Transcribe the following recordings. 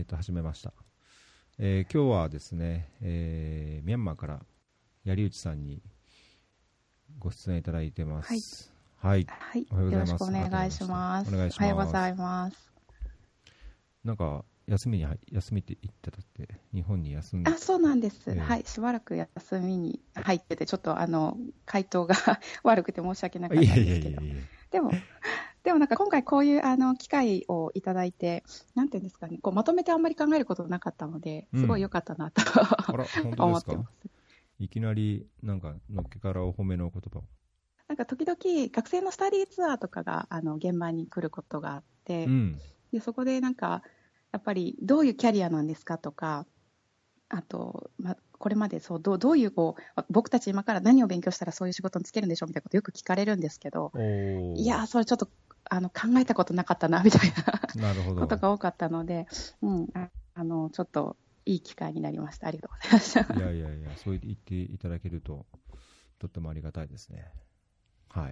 始めました。今日はですね、ミャンマーから槍内さんにご出演いただいてます。はい。 はい。 おはようございます。 よろしくお願いします。 お願いします。 おはようございます。 なんか休みって言ってたって日本に休んで。 そうなんです。はい。しばらく休みに入ってて、ちょっと回答が悪くて申し訳なかったんですけど。でもなんか今回こういう機会をいただいて、なんていうんですかね、こうまとめてあんまり考えることなかったので、すごい良かったなと、思ってます。 いきなりなんかのっけからお褒めの言葉を。 なんか時々学生のスタディツアーとかが現場に来ることがあって、でそこでなんかやっぱりどういうキャリアなんですかとか、あと、これまでどういう僕たち今から何を勉強したらそういう仕事に就けるんでしょうみたいなことよく聞かれるんですけど、いやそれちょっと考えたことなかったなみたいなことが多かったので、ちょっといい機会になりました。ありがとうございました。 いやそう言っていただけるととってもありがたいですね。はい。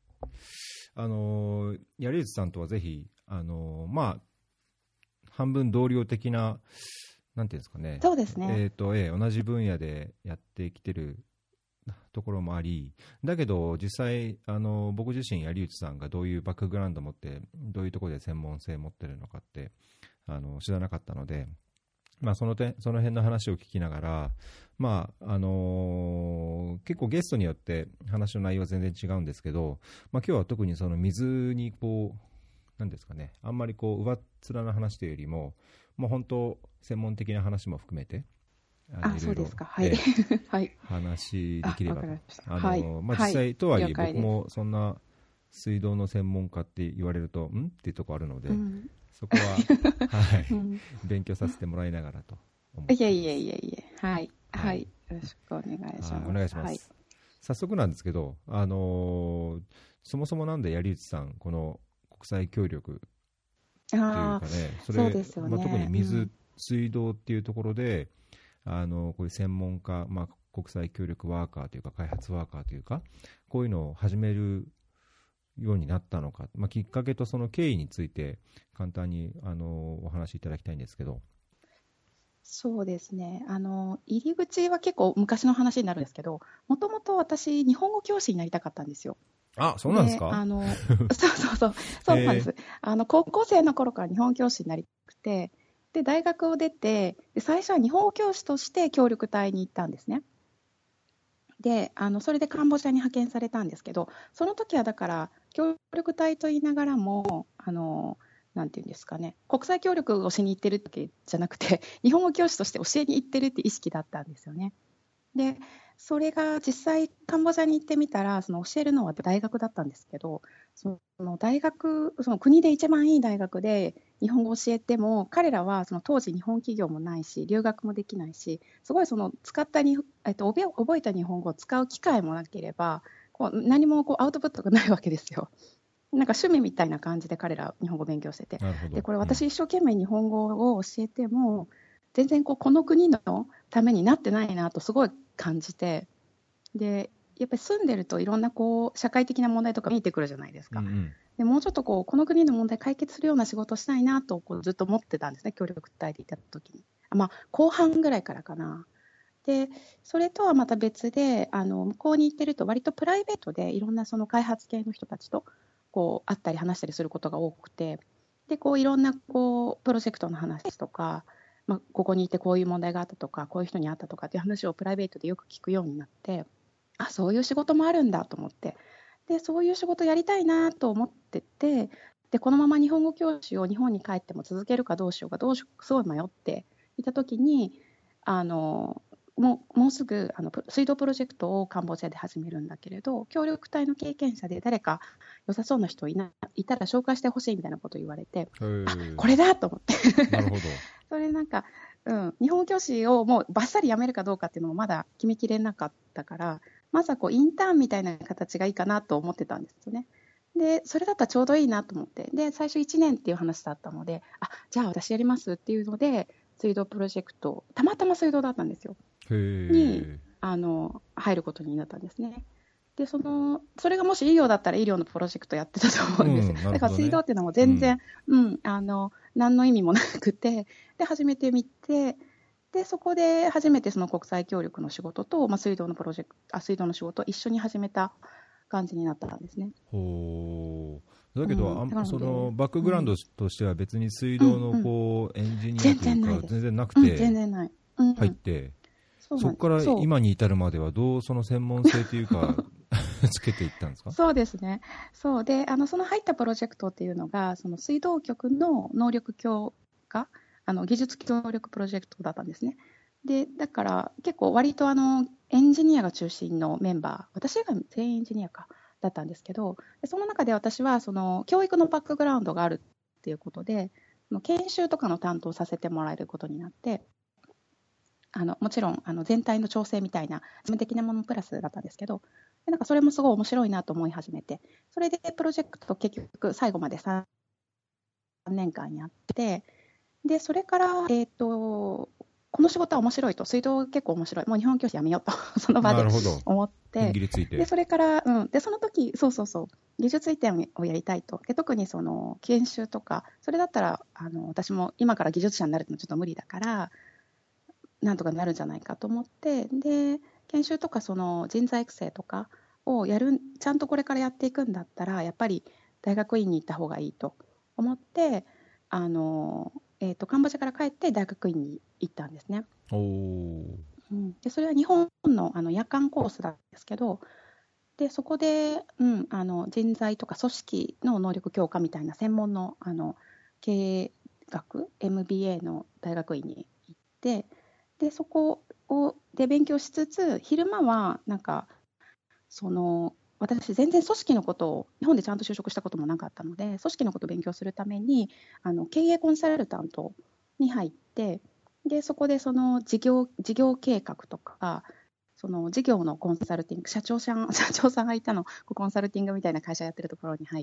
槍内さんとはぜひ半分同僚的な、なんていうんですかね。 そうですね。 同じ分野でやってきてるところもあり、だけど実際僕自身槍内さんがどういうバックグラウンドを持ってどういうところで専門性を持ってるのかって知らなかったので、その辺の話を聞きながら、結構ゲストによって話の内容は全然違うんですけど、今日は特にその水になんですかね、あんまり上っ面な話というよりも、もう本当専門的な話も含めてそうですか。はい。 話できればと。実際とはいえ僕もそんな水道の専門家って言われるとっていうところあるので、そこは勉強させてもらいながらと思ってます。 いえ。はい。よろしくお願いします。 お願いします。早速なんですけど、そもそもなんで槍内さんこの国際協力っていうかね、 そうですよね。 特に水道っていうところでこういう専門家、国際協力ワーカーというか開発ワーカーというか、こういうのを始めるようになったのか、きっかけとその経緯について簡単にお話しいただきたいんですけど。 そうですね、入り口は結構昔の話になるんですけど、もともと私日本語教師になりたかったんですよ。 そうなんですか？ そうなんです。高校生の頃から日本教師になりたくて、で大学を出て、最初は日本語教師として協力隊に行ったんですね。でそれでカンボジアに派遣されたんですけど、その時はだから協力隊と言いながらもなんていうんですかね、国際協力をしに行ってるわけじゃなくて、日本語教師として教えに行ってるって意識だったんですよね。でそれが実際カンボジアに行ってみたら、その教えるのは大学だったんですけど、その大学、その国で一番いい大学で日本語を教えても、彼らはその当時日本企業もないし留学もできないし、すごいその使った覚えた日本語を使う機会もなければ、何もアウトプットがないわけですよ。なんか趣味みたいな感じで彼ら日本語を勉強してて、でこれ私一生懸命日本語を教えても全然この国のためになってないなとすごい感じて、でやっぱり住んでるといろんな社会的な問題とか見えてくるじゃないですか。でもうちょっとこの国の問題解決するような仕事をしたいなとずっと思ってたんですね、協力隊でいた時に。後半ぐらいからかな。でそれとはまた別で向こうに行ってると割とプライベートでいろんなその開発系の人たちと会ったり話したりすることが多くて、でいろんなプロジェクトの話とか、ここにいてこういう問題があったとか、こういう人に会ったとかっていう話をプライベートでよく聞くようになって、そういう仕事もあるんだと思って、でそういう仕事やりたいなと思ってて、でこのまま日本語教師を日本に帰っても続けるかどうしようかすごい迷っていた時に、もうすぐ水道プロジェクトをカンボジアで始めるんだけれど、協力隊の経験者で誰か良さそうな人いたら紹介してほしいみたいなことを言われて、これだと思ってなるほどそれなんか、日本語教師をもうバッサリやめるかどうかっていうのもまだ決めきれなかったから、まずはインターンみたいな形がいいかなと思ってたんですよね。でそれだったらちょうどいいなと思って、で最初1年っていう話だったので、じゃあ私やりますっていうので水道プロジェクト、たまたま水道だったんですよに入ることになったんですね。 でそれがもし医療だったら医療のプロジェクトやってたと思うんです、だから水道っていうのも全然、何の意味もなくて、で始めてみて、でそこで初めてその国際協力の仕事と、水道の仕事を一緒に始めた感じになったんですね。 ほう。だけど、そのバックグラウンドとしては別に水道のエンジニアというか全然なくて、 全然ない、 入って、そこから今に至るまではどうその専門性というかつけていったんですか？ そうですね。そうで、その入ったプロジェクトっていうのが、その水道局の能力強化、技術協力プロジェクトだったんですね。で、だから結構割とエンジニアが中心のメンバー、私が全員エンジニアだったんですけど、その中で私はその教育のバックグラウンドがあるっていうことで、研修とかの担当させてもらえることになって、もちろん全体の調整みたいな事務的なものプラスだったんですけど、でなんかそれもすごい面白いなと思い始めて、それでプロジェクト結局最後まで3年間やって、でそれから、この仕事は面白いと、水道結構面白い、もう日本教師やめようとその場で思って、でそれから、でその時技術移転をやりたいと。で特にその研修とか、それだったら私も今から技術者になるのちょっと無理だから、なんとかなるんじゃないかと思って、で研修とかその人材育成とかをちゃんとこれからやっていくんだったら、やっぱり大学院に行った方がいいと思って、カンボジアから帰って大学院に行ったんですね。でそれは日本の夜間コースなんですけど、でそこで、人材とか組織の能力強化みたいな専門の経営学 MBA の大学院に行って、でそこで勉強しつつ、昼間はなんか私全然組織のことを日本でちゃんと就職したこともなかったので、組織のことを勉強するために経営コンサルタントに入って、でそこでその事業計画とか、その事業のコンサルティング、社長さんがいたのコンサルティングみたいな会社やってるところに入って、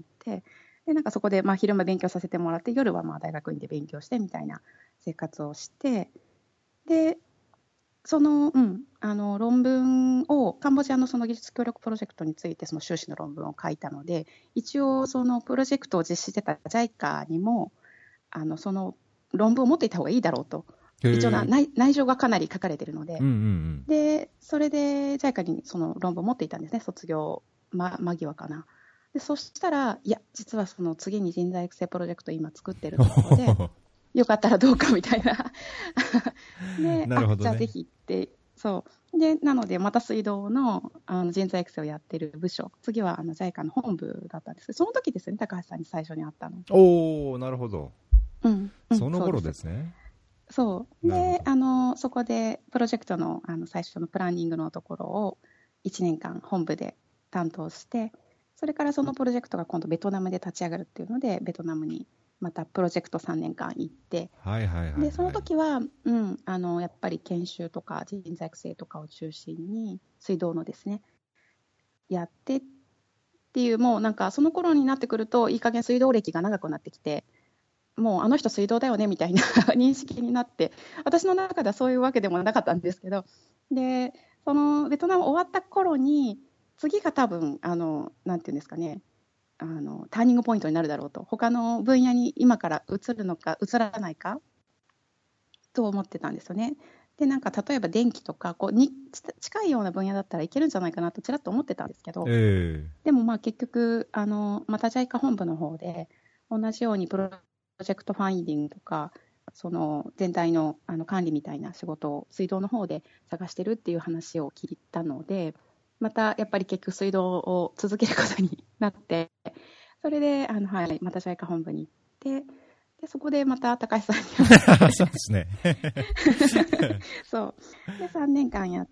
でなんかそこで昼間勉強させてもらって、夜は大学院で勉強してみたいな生活をして、でその論文をカンボジアのその技術協力プロジェクトについてその修士の論文を書いたので、一応そのプロジェクトを実施してた JICA にもその論文を持っていた方がいいだろうと、一応内情がかなり書かれているので、でそれで JICA にその論文を持っていたんですね、卒業間際かな。でそしたら、いや実はその次に人材育成プロジェクト今作ってるところでよかったらどうかみたいなで、なるほどね、じゃあぜひって、そうでなのでまた水道の人材育成をやってる部署、次はJICA の本部だったんですけど、その時ですね、高橋さんに最初に会ったの。 おー、なるほど、その頃ですね。 そうでそこでプロジェクトの最初のプランニングのところを1年間本部で担当して、それからそのプロジェクトが今度ベトナムで立ち上がるっていうので、ベトナムにまたプロジェクト3年間行って、でその時は、やっぱり研修とか人材育成とかを中心に水道のですねやってっていう、もうなんかその頃になってくるといい加減水道歴が長くなってきて、もうあの人水道だよねみたいな認識になって、私の中ではそういうわけでもなかったんですけど、でそのベトナム終わった頃に次が多分なんていうんですかね、ターニングポイントになるだろうと、他の分野に今から移るのか移らないかと思ってたんですよね。でなんか例えば電気とかに近いような分野だったらいけるんじゃないかなとちらっと思ってたんですけど、でも結局また JICA 本部の方で同じようにプロジェクトファインディングとかその全体の管理みたいな仕事を水道の方で探してるっていう話を聞いたので、またやっぱり結局水道を続けることになって、それでまた JICA 本部に行って、でそこでまた高橋さんにそうですねそうで3年間やって、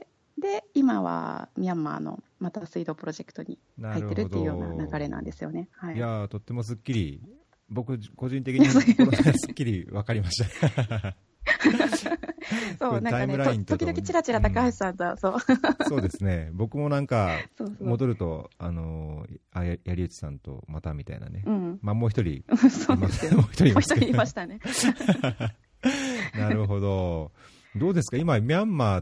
で今はミャンマーのまた水道プロジェクトに入ってるっていうような流れなんですよね。 いやとってもすっきり、僕個人的にすっきり分かりましたそうなんかね、時々チラチラ高橋さんと、 そうですね、僕もなんか戻ると槍内さんとまたみたいなね、もう一人もう一人いましたねなるほど。 どうですか、今、ミャンマーって、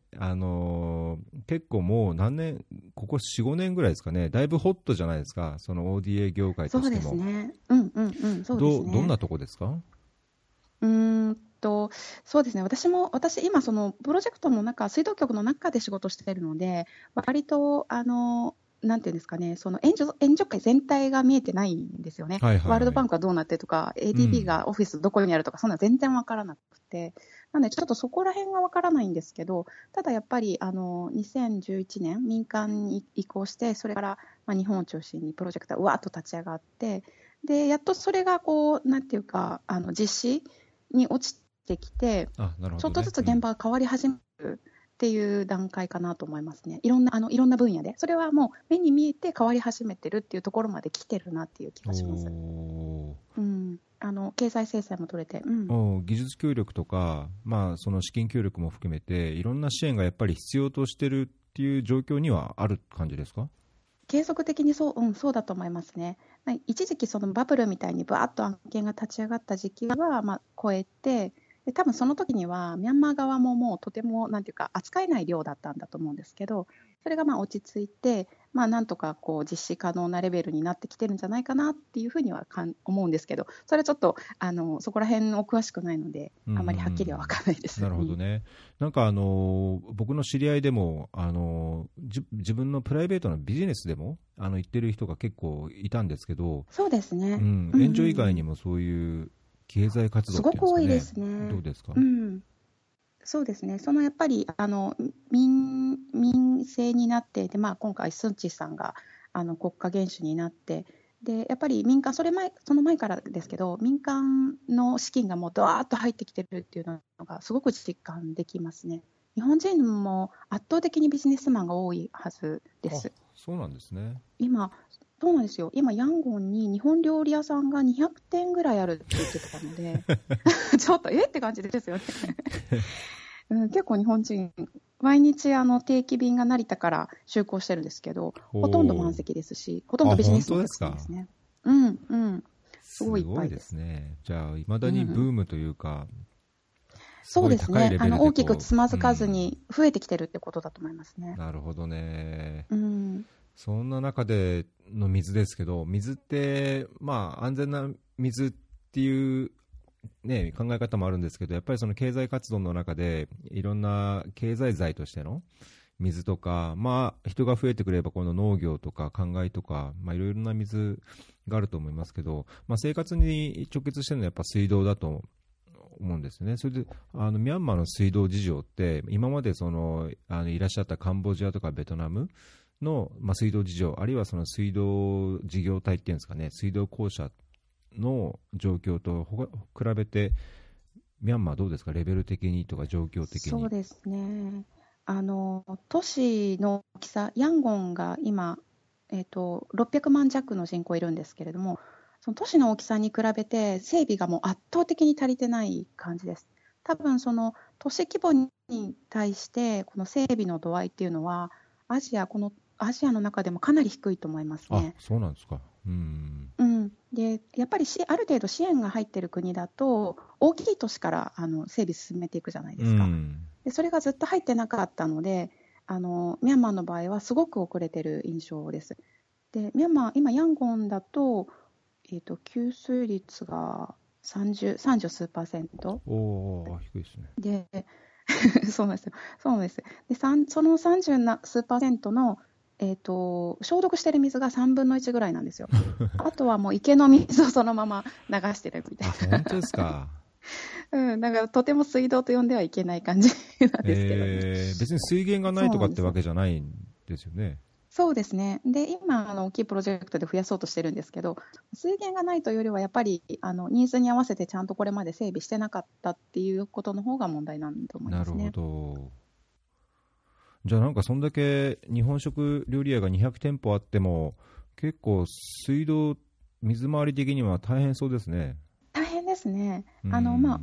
結構もう何年、ここ4、5年ぐらいですかね、だいぶホットじゃないですか、その ODA 業界そうでとしても。 すね。うんうんうん、そうですね。 どんなとこですか？ うーんと、そうですね。私今そのプロジェクトの中、水道局の中で仕事しているので、割となんていうんですかね、その援助会全体が見えてないんですよね。 はいはいはい。 ワールドバンクがどうなってるとか、 う ADB ん。 がオフィスどこにあるとか、そんな全然わからなくて、なのでちょっとそこら辺がわからないんですけど、ただやっぱり2011年民間に移行して、それから、日本を中心にプロジェクトがうわっと立ち上がって、でやっとそれがこうなんていうか実施に落ちてきて、 あ、なるほちょっとどね。うん。 ずつ現場が変わり始めるっていう段階かなと思いますね。いろんな分野で。それはもう目に見えて変わり始めてるっていうところまで来てるなっていう気がします。 おー。 うん。経済制裁も取れて。うん。 技術協力とか、まあ、その資金協力も含めて、いろんな支援がやっぱり必要としてるっていう状況にはある感じですか？ 継続的にそうだと思いますね。一時期そのバブルみたいにバーッと案件が立ち上がった時期は、超えて、で多分その時にはミャンマー側ももうとてもなんていうか扱えない量だったんだと思うんですけど、それが落ち着いて、なんとかこう実施可能なレベルになってきてるんじゃないかなっていうふうには思うんですけど、それはちょっとそこら辺お詳しくないので、 うんうんうあまりはっきりは分からないです。 ん。なるほどね。なんか僕の知り合いでも、自分のプライベートなビジネスでも行ってる人が結構いたんですけど、 そうですね。 うん、 うんうんう援助以外にん。 もそういう経済活動っていうんですごく多いですかね、 すね。 どうですか？ うん。そうですね。やっぱり民生になって、で、今回スンチーさんが国家元首になって、でやっぱり民間、その前からですけど、民間の資金がもうドワーッと入ってきてるっていうのがすごく実感できますね。日本人も圧倒的にビジネスマンが多いはずであ、 す。 そうなんですね。 今、そうなんですよ。今、ヤンゴンに日本料理屋さんが200店ぐらいあるって言ってたので、ちょっとって感じですよね。うん、結構日本人、毎日定期便が成田から就航してるんですけど、ほとんど満おー。 席ですし、ほとんあ、 どビジネ本スのお客当ですか？ さんですね。うんうん、すごいいっすごいでぱいです。 すね。じゃあ、いまだにブうん、 ームというか、すそうごいですね。 高いレベルで大きくこう、うつまずかずん、 に増えてきてるってことだと思いますね。 なるほどね。 うん、 そんな中での水ですけど、水って、まあ、安全な水っていう、ね、考え方もあるんですけど、やっぱりその経済活動の中で、いろんな経済財としての水とか、まあ、人が増えてくれば、この農業とか、灌漑とか、まあ、いろいろな水があると思いますけど、まあ、生活に直結してるのはやっぱ水道だと思うんですよね。それでミャンマーの水道事情って今までいらっしゃったカンボジアとかベトナムの、まあ、水道事情、あるいはその水道事業体っていうんですかね、水道公社の状況と比べてミャンマーどうですか、レベル的にとか状況的に。 そうですね。都市の大きさ、ヤンゴンが今、600万弱の人口いるんですけれども、その都市の大きさに比べて整備がもう圧倒的に足りてない感じです。多分その都市規模に対してこの整備の度合いっていうのはこのアジアの中でもかなり低いと思いますあ、 ね。 そうなんですか。うん。 うん、でやっぱりある程度支援が入っている国だと大きい都市から整備進めていくじゃないうですか。 ん。 でそれがずっと入ってなかったのでミャンマーの場合はすごく遅れてる印象です。でミャンマー今ヤンゴンだと、給水率が30数パーセントおー、低いですね。 でそうなんですよ。そうなんです。で、その30数パーセントの、消毒してる水が3分の1ぐらいなんですよ。あとはもう池の水をそのまま流してるみたいあ、本当ですか。 な。うん、だからとても水道と呼んではいけない感じなんですけどね。 別に水源がないとかってわそうなんですよ。 けじゃないんですよね。 そうですね。で、今、大きいプロジェクトで増やそうとしてるんですけど、水源がないというよりは、やっぱり、ニーズに合わせてちゃんとこれまで整備してなかったっていうことの方が問題なんだと思いなるほますね。 ど。じゃあなんかそんだけ日本食料理屋が200店舗あっても結構水道水回り的には大変そうですね。 大変ですね。 うん。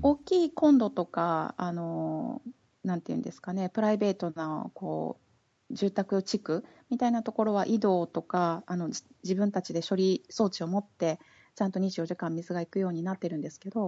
大きいコンドとか、なんていうんですかね、プライベートな、住宅地区みたいなところは井戸とか、自分たちで処理装置を持って、ちゃんと24時間水が行くようになってるんですけど、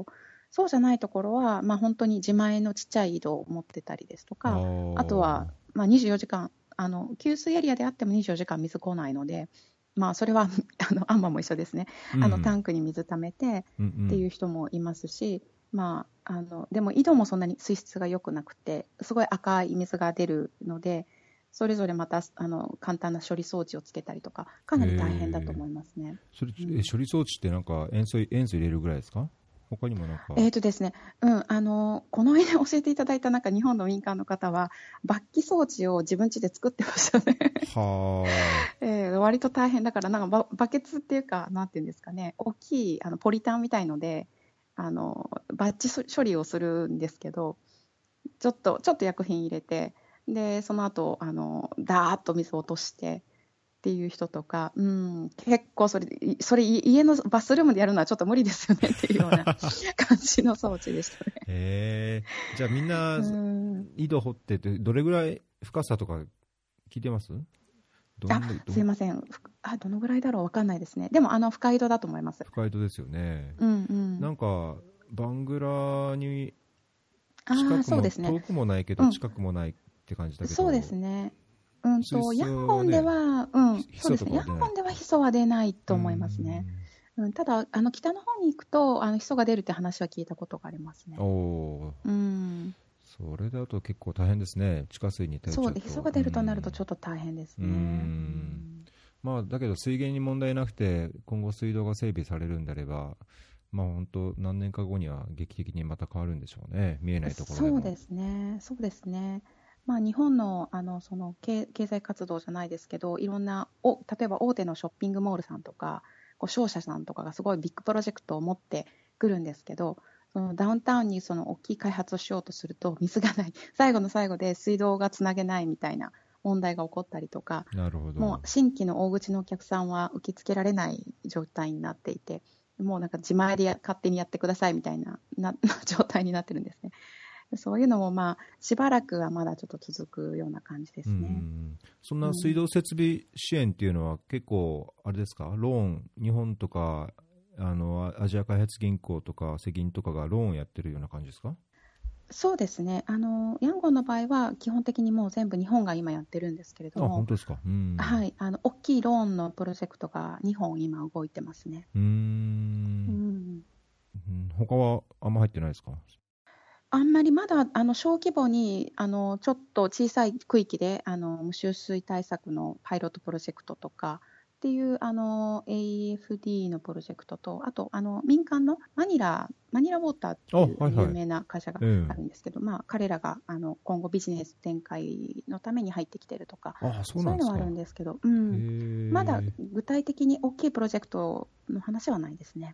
そうじゃないところは、本当に自前のちっちゃい井戸を持ってたりですとか、あとは、24時間、給水エリアであっても24時間水来ないので、それはアンマも一緒ですね、タンクに水溜めてっていう人もいますし、でも井戸もそんなに水質が良くなくて、すごい赤い水が出るので、それぞれまた簡単な処理装置をつけたりとか、かなり大変だと思いますね。 それ処理装置ってなんか塩素入れるぐらいですか？他にもなんかですね、この間教えていただいたなんか日本の民間の方は、罰気装置を自分家で作ってましたね。割と大変だから、なんかバケツっていうか、なんていうんですかね、大きいポリタンみたいので、バッチ処理をするんですけど、ちょっと薬品入れて、でその後ダーッと水を落としてっていう人とか、結構それ家のバスルームでやるのはちょっと無理ですよねっていうような感じの装置でしたね。 じゃあみんな井戸掘っててどれぐらい深さとか聞いてます？ すいません、どのぐらいだろう、分かんないですね。でも深井戸だと思います。 深井戸ですよね。なんかバングラに近くも、遠くもないけど近くもないって感じだけど、 そうですね。ヤンゴンでは、そうですね。ヤンゴンではヒ素は出ないと思いますね。ただ北の方に行くとヒ素が出るって話は聞いたことがありますね。 それだと結構大変ですね。地下水に頼っちゃうと。 そうで、ヒ素が出るとなるとちょっと大変ですね。 だけど水源に問題なくて今後水道が整備されるんであれば、本当何年か後には劇的にまた変わるんでしょうね。見えないところでも。 そうですね。日本のその経済活動じゃないですけど、いろんな例えば大手のショッピングモールさんとか商社さんとかがすごいビッグプロジェクトを持ってくるんですけど、そのダウンタウンにその大きい開発をしようとすると水がない、最後の最後で水道がつなげないみたいな問題が起こったりとか、もう新規の大口のお客さんは受け付けられない状態になっていて、もうなんか自前で勝手にやってくださいみたいな状態になってるんですね。そういうのもしばらくはまだちょっと続くような感じですね。 そんな水道設備支援っていうのは結構あれですか、ローン、日本とかアジア開発銀行とか世銀とかがローンやってるような感じですか？ そうですね。ヤンゴンの場合は基本的にもう全部日本が今やってるんですけれども、 本当ですか？ はい、大きいローンのプロジェクトが2本今動いてますね。 他はあんま入ってないですか？ あんまりまだ小規模にちょっと小さい区域で無臭水対策のパイロットプロジェクトとかっていうAFD のプロジェクトと、あと民間のマニラウォーターっていう有名な会社があるんですけど、彼らが今後ビジネス展開のために入ってきてるとか、そういうのはあるんですけど、まだ具体的に大きいプロジェクトの話はないですね。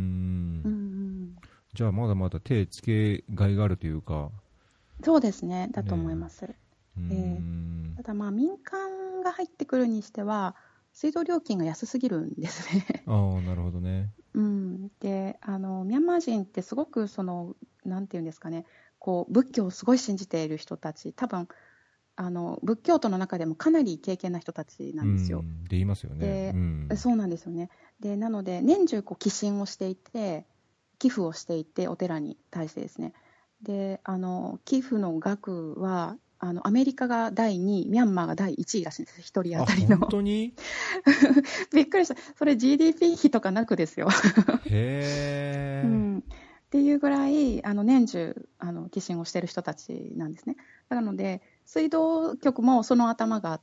じゃあまだまだ手つけがいがあるというか。 そうですね、だと思います。ただ民間が入ってくるにしては水道料金が安すぎるんですね。 なるほどね。 でミャンマー人ってすごくなんていうんですかね、仏教をすごい信じている人たち、多分仏教徒の中でもかなり敬虔な人たちなんですよ。 で言いますよね。 そうなんですよね。でなので年中寄進をしていて、寄付をしていて、お寺に対してですね。で寄付の額はアメリカが第2位、ミャンマーが第1位らしいんです、1人当たりの。 本当にびっくりした。それ GDP 比とかなくですよ。 へー。 っていうぐらい年中寄進をしている人たちなんですね。なので水道局もその頭があって、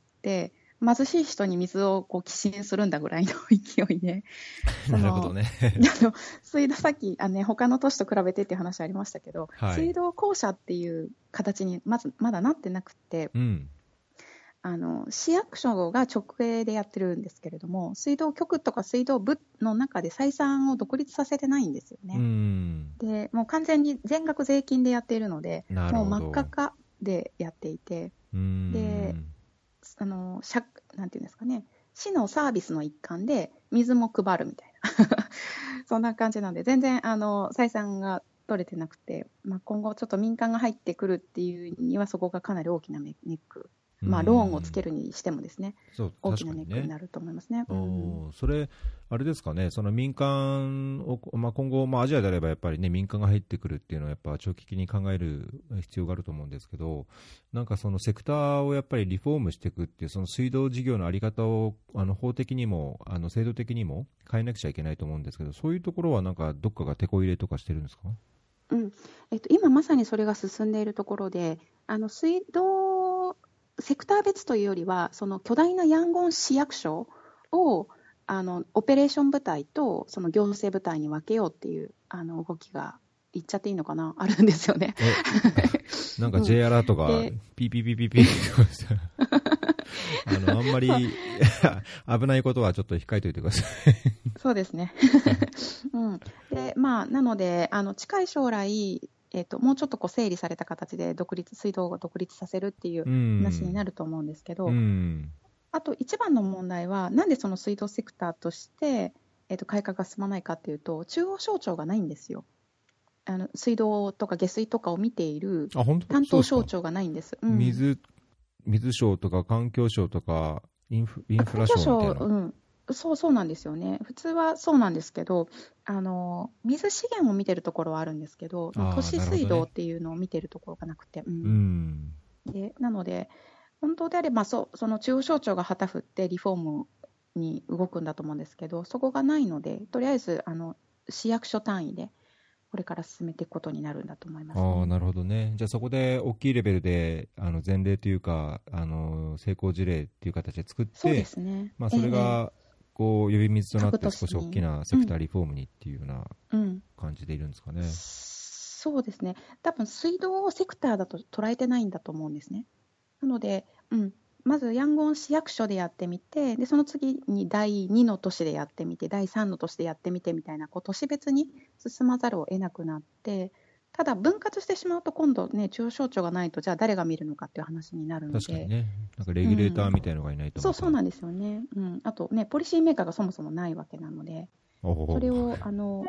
貧しい人に水を寄進するんだぐらいの勢いで、 なるほどね。 水道、さっき他の都市と比べてっていう話ありましたけど、水道公社っていう形にまだなってなくて、市役所が直営でやってるんですけれども、水道局とか水道部の中で採算を独立させてないんですよね。でもう完全に全額税金でやっているので、もう真っ赤っかでやっていて、でなんていうんですかね、市のサービスの一環で水も配るみたいなそんな感じなので、全然採算が取れてなくて、今後ちょっと民間が入ってくるっていうにはそこがかなり大きなネックローンをつけるにしてもですね、 そう大きなネ確かにね。 ックになると思いますね。 それ、あれですかね、その民間を、今後、アジアであればやっぱりね、民間が入ってくるっていうのは、やっぱ長期的に考える必要があると思うんですけど、なんかそのセクターをやっぱりリフォームしていくっていう、その水道事業のあり方を法的にも制度的にも変えなくちゃいけないと思うんですけど、そういうところはなんかどっかが手こ入れとかしてるんですか？ 今まさにそれが進んでいるところで、水道セクター別というよりは、その巨大なヤンゴン市役所をオペレーション部隊とその行政部隊に分けようっていう動きが、言っちゃっていいのかな、あるんですよね。 なんか J アラートがピーピーピーピーピーってあんまり危ないことはちょっと控えておいてください。 そうですね。で、なので、近い将来、もうちょっと整理された形で水道を独立させるっていう話になると思うんですけど、あと一番の問題は、なんでその水道セクターとして、改革が進まないかっていうと、中央省庁がないんですよ。水道とか下水とかを見ている担当省庁がないんです。 水省とか環境省とかインフラ省みたいな。 そうなんですよね。普通はそうなんですけど、水資源を見てるところはあるんですけど、都市水道っていうのを見てるところがなくて、でなので、本当であればその中央省庁が旗振ってリフォームに動くんだと思うんですけど、そこがないので、とりあえず市役所単位でこれから進めていくことになるんだと思います、ね。 なるほどね。じゃあそこで大きいレベルで前例というか成功事例っていう形で作って、 そうですね。 それがこう呼び水となって少し大きなセクターリフォームにっていうような感じでいるんですかね。 そうですね。多分水道をセクターだと捉えてないんだと思うんですね。なので、まずヤンゴン市役所でやってみて、でその次に第2の都市でやってみて、第3の都市でやってみてみたいな、都市別に進まざるを得なくなって、ただ分割してしまうと今度ね、中央省庁がないと、じゃあ誰が見るのかっていう話になるので。 確かにね。なんかレギュレーターみたいのがいないと、 そうなんですよね。あとね、ポリシーメーカーがそもそもないわけなので、それを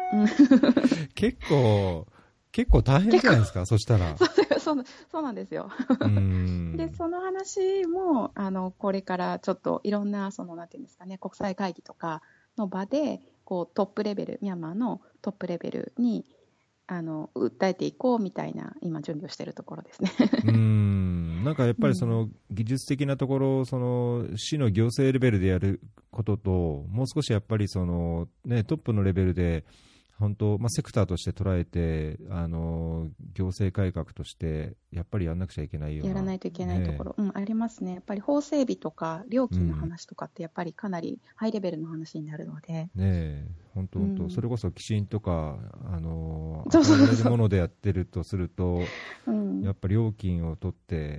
結構大変じゃないですか、そしたら。 そうなんですよ。で、その話も、これからちょっといろんな、なんていうんですかね、国際会議とかの場で、トップレベル、ミャンマーのトップレベルに、訴えていこうみたいな、今、準備をしているところですね。 なんかやっぱりその技術的なところ、その市の行政レベルでやることと、もう少しやっぱりその、トップのレベルで、本当、セクターとして捉えて、行政改革としてやっぱりやらなくちゃいけないような、 やらないといけないところ、ありますね。やっぱり法整備とか料金の話とかってやっぱりかなりハイレベルの話になるので、 本当、それこそ寄進とか与えられるものでやってるとすると、やっぱり料金を取って、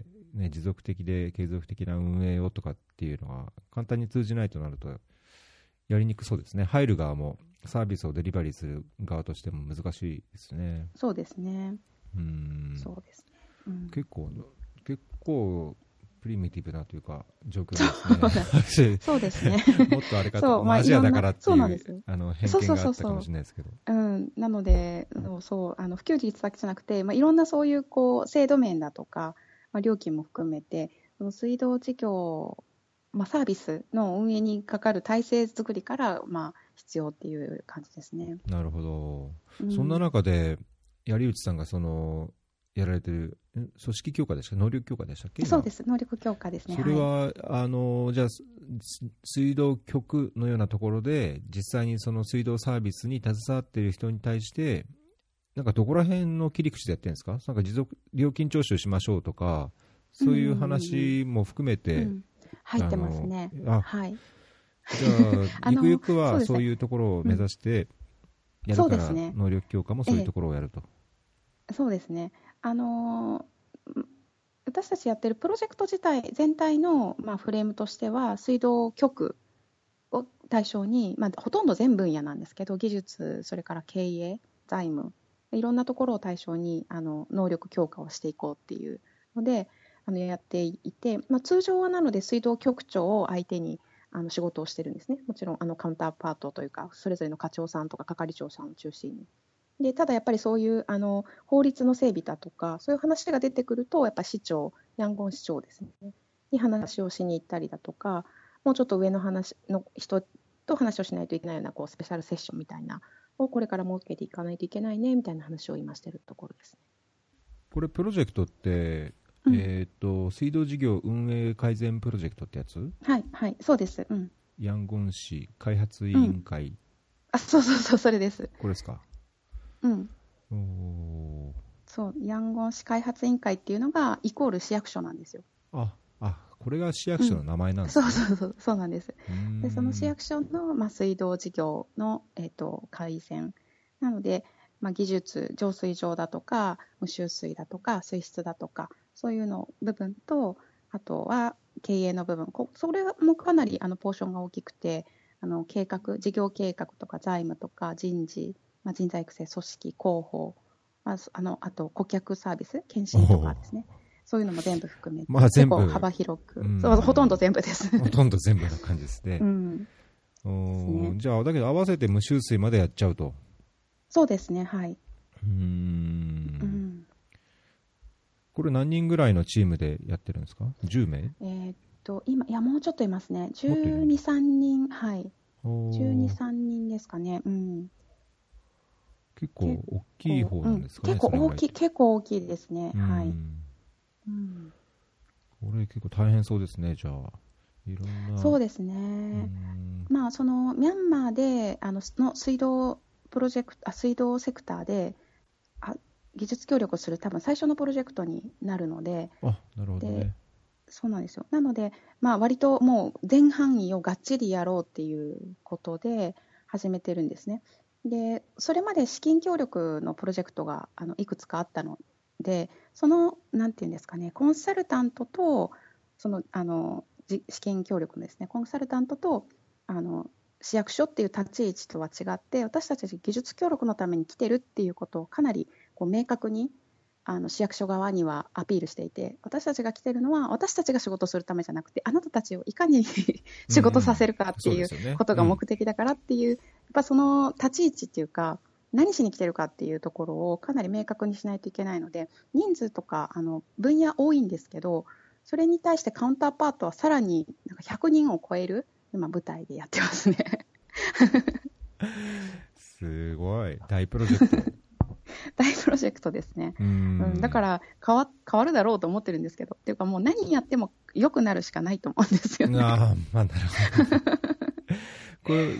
持続的で継続的な運営をとかっていうのは簡単に通じないとなるとやりにくそうですね。入る側もサービスをデリバリーする側としても難しいですね。 そうですね。そうですね。 結構プリミティブなというか状況ですね。 そうですね。 もっとあれかと、アジアだからっていう偏見があったかもしれないですけど。 なので、普及率だけじゃなくて、いろんなそういう制度面だとか、料金も含めて、水道事業、サービスの運営にかかる体制作りから、必要っていう感じですね。 なるほど。そんな中で、槍内さんがやられている組織強化でしたっけ、能力強化でしたっけ？ そうです、能力強化ですね。 それは、じゃあ水道局のようなところで実際にその水道サービスに携わっている人に対してなんかどこら辺の切り口でやってるんですか？なんか料金徴収しましょうとかそういう話も含めて、 入ってますね。はい。 じゃあゆくゆくはそういうところを目指してやるから、能力強化もそういうところをやると。 そうですね。私たちやってるプロジェクト自体全体の、フレームとしては水道局を対象に、ほとんど全分野なんですけど、技術、それから経営、財務、いろんなところを対象に能力強化をしていこうっていうのでやっていて、通常はなので水道局長を相手に仕事をしてるんですね。もちろんカウンターパートというかそれぞれの課長さんとか係長さんを中心に。でただやっぱりそういう法律の整備だとかそういう話が出てくるとやっぱり市長、ヤンゴン市長ですねに話をしに行ったりだとか、もうちょっと上の話の人と話をしないといけないようなスペシャルセッションみたいなをこれから設けていかないといけないねみたいな話を今してるところですね。 これプロジェクトって、水道事業運営改善プロジェクトってやつ？ はいはい、そうです。 ヤンゴン市開発委員会、 そうそうそう、それです。 これですか？ そう、ヤンゴン市開発委員会っていうのがイコール市役所なんですよ。 これが市役所の名前なんですね。 そうなんです。で、その市役所の、水道事業の、改善なので、技術、浄水場だとか無臭水だとか水質だとかそういうの部分と、あとは経営の部分、それもかなりポーションが大きくて、計画、事業計画とか財務とか人事、人材育成、組織、広報、あと顧客サービス、検診とかですね。そういうのも全部含めて、 全部結構幅広く、ほとんど全部です。 ほとんど全部な感じですね。じゃあ、だけど合わせて無臭水までやっちゃうと。 そうですね、はい。 これ何人ぐらいのチームでやってるんですか？10名？ 今、もうちょっといますね。12、3人、はい。12、3人ですかね。 結構大きい方なんですかね。 結構大きいですね。はい。 これ結構大変そうですね、じゃあ。いろんな。 そうですね。そのミャンマーでの水道セクターで技術協力をする多分最初のプロジェクトになるので、 なるほどね。 そうなんですよ。なので、割ともう全範囲をがっちりやろうっていうことで始めてるんですね。で、それまで資金協力のプロジェクトがいくつかあったので、なんていうんですかね、コンサルタントと資金協力のですね、コンサルタントと市役所っていう立ち位置とは違って、私たち技術協力のために来てるっていうことをかなり明確に市役所側にはアピールしていて、私たちが来てるのは私たちが仕事するためじゃなくて、あなたたちをいかに仕事させるかっていうことが目的だからっていう、やっぱその立ち位置っていうか、何しに来てるかっていうところをかなり明確にしないといけないので、人数とか分野多いんですけど、それに対してカウンターパートはさらに100人を超える今舞台でやってますね。 すごい大プロジェクト。 大プロジェクトですね。だから変わるだろうと思ってるんですけど、っていうかもう何やっても良くなるしかないと思うんですよね。 なるほど。これ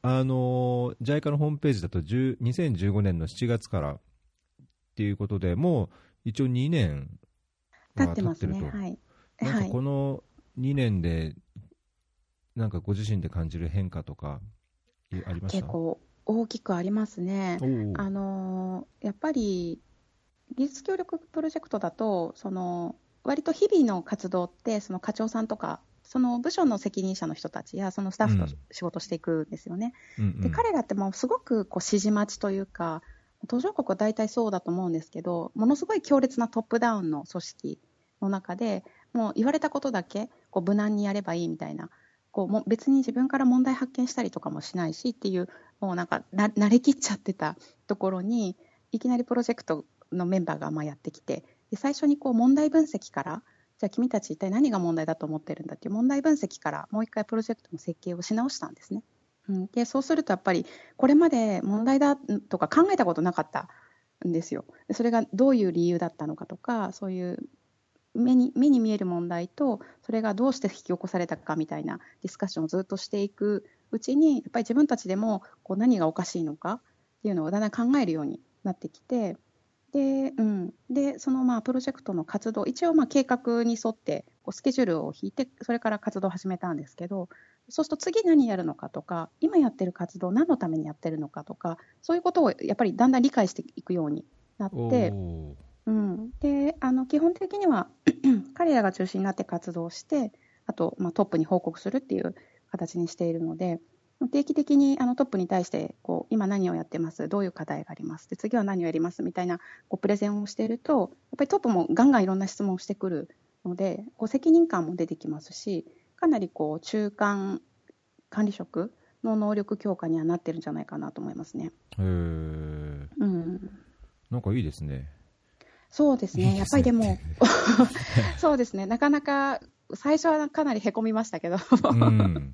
JICA のホームページだと2015年の7月からっていうことで、もう一応2年は経ってると。経ってますね。はい。なんかこの2年でなんかご自身で感じる変化とかありました？ 結構大きくありますね。やっぱり技術協力プロジェクトだと割と日々の活動ってその課長さんとかその部署の責任者の人たちやそのスタッフと仕事していくんですよね。で彼らってもうすごく指示待ちというか、途上国は大体そうだと思うんですけど、ものすごい強烈なトップダウンの組織の中でもう言われたことだけ無難にやればいいみたいな、もう別に自分から問題発見したりとかもしないしっていう、もう慣れきっちゃってたところにいきなりプロジェクトのメンバーがやってきて、で最初に問題分析から、じゃあ君たち一体何が問題だと思ってるんだっていう問題分析からもう一回プロジェクトの設計をし直したんですね。でそうするとやっぱりこれまで問題だとか考えたことなかったんですよ。それがどういう理由だったのかとか、そういう目に見える問題とそれがどうして引き起こされたかみたいなディスカッションをずっとしていくうちに、やっぱり自分たちでも何がおかしいのかっていうのをだんだん考えるようになってきて、でそのプロジェクトの活動、一応計画に沿ってスケジュールを引いてそれから活動を始めたんですけど、そうすると次何やるのかとか、今やってる活動何のためにやってるのかとか、そういうことをやっぱりだんだん理解していくようになって、で基本的には彼らが中心になって活動して、あと、トップに報告するっていう形にしているので、定期的にトップに対して今何をやってます、どういう課題があります、で次は何をやりますみたいなプレゼンをしていると、やっぱりトップもガンガンいろんな質問をしてくるので、責任感も出てきますし、かなり中間管理職の能力強化にはなってるんじゃないかなと思いますね。 なんかいいですね。 そうですね、やっぱりでもそうですね、なかなか最初はかなりへこみましたけど、 うん、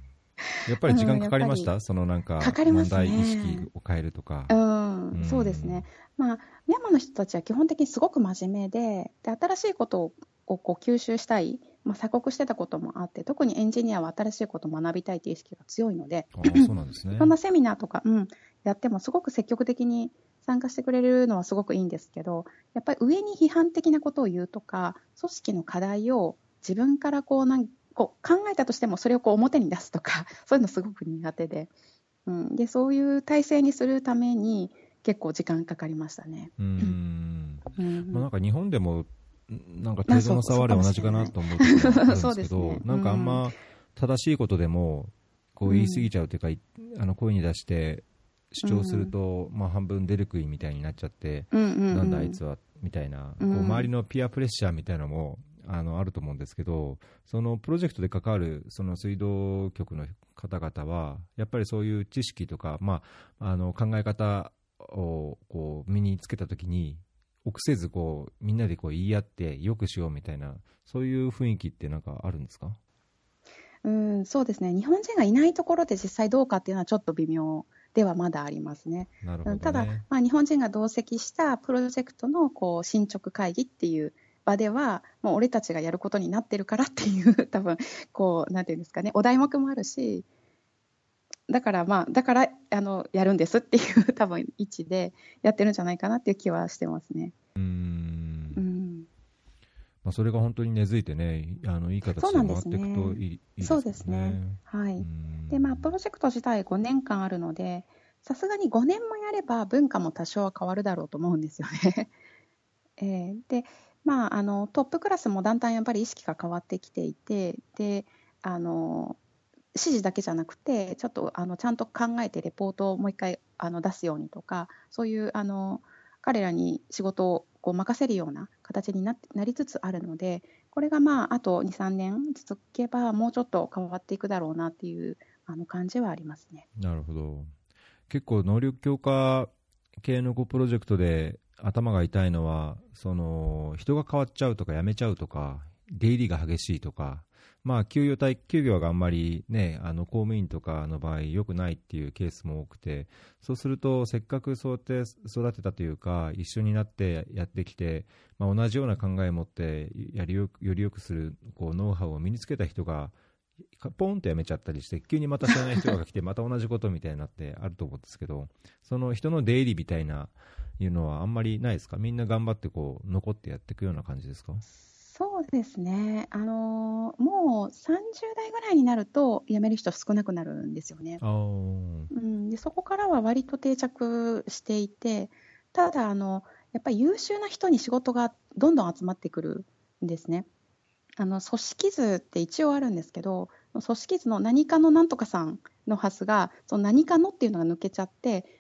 やっぱり時間かかりました、 やっぱそのなんかかかります問題意識ね。 を変えるとか。 そうですね。まあ、ミャンマーの人たちは基本的にすごく真面目で、新しいことをこう吸収したい、鎖国してたこともあって、特にエンジニアは新しいことを学びたいという意識が強いので、 そうなんですね。 いろんなセミナーとか、やってもすごく積極的に参加してくれるのはすごくいいんですけど、やっぱり上に批判的なことを言うとか、組織の課題を自分からこう考えたとしてもそれをこう表に出すとか、そういうのすごく苦手で、でそういう体制にするために結構時間かかりましたね。 なんか日本でもなんか程度の差は同じかなと思うところがあるんですけど、なんかあんま正しいことでもこう言い過ぎちゃうというか、声に出して主張すると、半分出る杭みたいになっちゃって、なんだあいつはみたいな、こう周りのピアプレッシャーみたいなのもあると思うんですけど、そのプロジェクトで関わるその水道局の方々はやっぱりそういう知識とか、考え方をこう身につけたときに臆せずこうみんなでこう言い合ってよくしようみたいな、そういう雰囲気ってなんかあるんですか？ そうですね。日本人がいないところで実際どうかっていうのはちょっと微妙ではまだありますね。 なるほどね。 ただ、日本人が同席したプロジェクトのこう進捗会議っていう場では、もう俺たちがやることになってるからっていう、多分こうなんていうんですかね、お題目もあるし、だからやるんですっていう多分位置でやってるんじゃないかなっていう気はしてますね。 それが本当に根付いてね、いい形で回っていくといいですね。 そうですね。はい。で、プロジェクト自体5年間あるので、さすがに5年もやれば文化も多少は変わるだろうと思うんですよね。で、トップクラスもだんだんやっぱり意識が変わってきていて、で、指示だけじゃなくて、ちょっとちゃんと考えてレポートをもう一回出すようにとか、そういう彼らに仕事をこう任せるような形になりつつあるので、これがあと2、3年続けば、もうちょっと変わっていくだろうなっていう感じはありますね。 なるほど。結構能力強化系のプロジェクトで頭が痛いのは、その人が変わっちゃうとか辞めちゃうとか出入りが激しいとか、給与があんまりね、公務員とかの場合良くないっていうケースも多くて、そうするとせっかくそうやって育てたというか一緒になってやってきて、同じような考えを持ってより良くするこうノウハウを身につけた人がポンとやめちゃったりして、急にまた知らない人が来てまた同じことみたいになってあると思うんですけど、その人の出入りみたいないうのはあんまりないですか？みんな頑張ってこう残ってやっていくような感じですか？ そうですね。もう30代ぐらいになると辞める人少なくなるんですよね。でそこからは割と定着していて、ただやっぱり優秀な人に仕事がどんどん集まってくるんですね。組織図って一応あるんですけど、組織図の何かのなんとかさんのはずが、その何かのっていうのが抜けちゃって、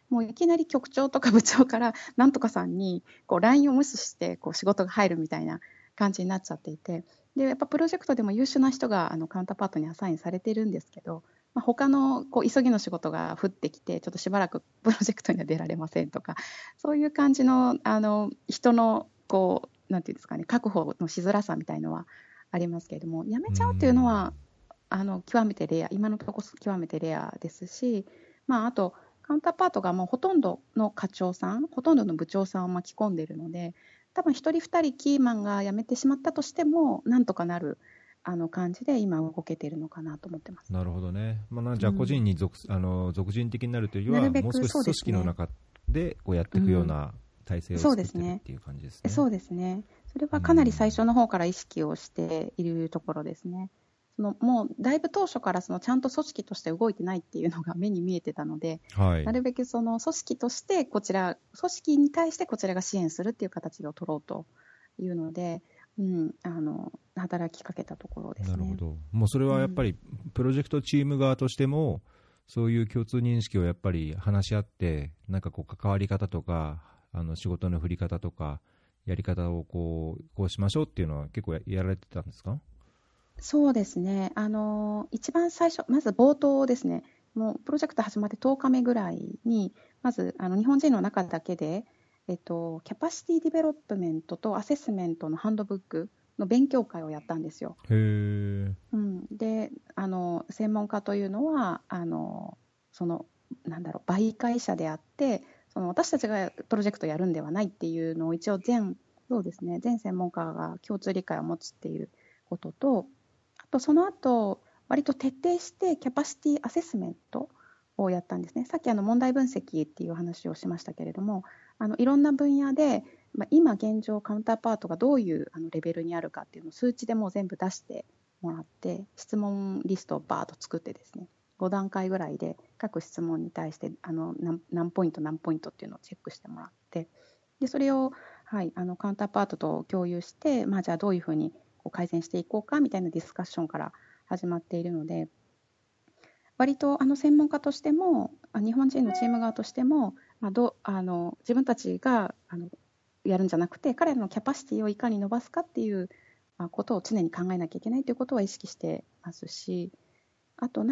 もういきなり局長とか部長からなんとかさんにこう LINE を無視してこう仕事が入るみたいな感じになっちゃっていて、でやっぱプロジェクトでも優秀な人がカウンターパートにアサインされてるんですけど、他のこう急ぎの仕事が降ってきて、ちょっとしばらくプロジェクトには出られませんとか、そういう感じの人のこうなんていうんですかね、確保のしづらさみたいのはありますけれども、やめちゃうっていうのは極めてレア、今のところ極めてレアですし、あとカウンターパートがもうほとんどの課長さん、ほとんどの部長さんを巻き込んでいるので、多分一人二人キーマンが辞めてしまったとしてもなんとかなる感じで今動けているのかなと思ってます。 なるほどね。じゃあ個人に属人的になるというよりは、もう少し組織の中でこうやっていくような体制を作っているっていう感じですね。 そうですね。それはかなり最初の方から意識をしているところですね。もうだいぶ当初からちゃんと組織として動いてないっていうのが目に見えてたので、なるべくその組織として組織に対してこちらが支援するっていう形を取ろうというので、働きかけたところですね。 なるほど。もうそれはやっぱりプロジェクトチーム側としても、そういう共通認識をやっぱり話し合って、なんかこう関わり方とか仕事の振り方とかやり方をこうしましょうっていうのは結構やられてたんですか？ そうですね。一番最初、まず冒頭ですね。もうプロジェクト始まって10日目ぐらいに、まず日本人の中だけで、キャパシティディベロップメントとアセスメントのハンドブックの勉強会をやったんですよ。 へー。 で専門家というのは媒介者であって、私たちがプロジェクトをやるんではないっていうのを一応そうですね、全専門家が共通理解を持つっていうことと、あとその後割と徹底してキャパシティアセスメントをやったんですね。さっき問題分析っていう話をしましたけれども、いろんな分野で、今現状カウンターパートがどういうレベルにあるかっていうのを数値でもう全部出してもらって、質問リストをバーッと作ってですね、5段階ぐらいで各質問に対して何ポイント何ポイントっていうのをチェックしてもらって、でそれを、カウンターパートと共有して、じゃあどういうふうに改善していこうかみたいなディスカッションから始まっているので、割と専門家としても日本人のチーム側としても、自分たちがやるんじゃなくて、彼らのキャパシティをいかに伸ばすかっていうことを常に考えなきゃいけないということは意識してますし、あと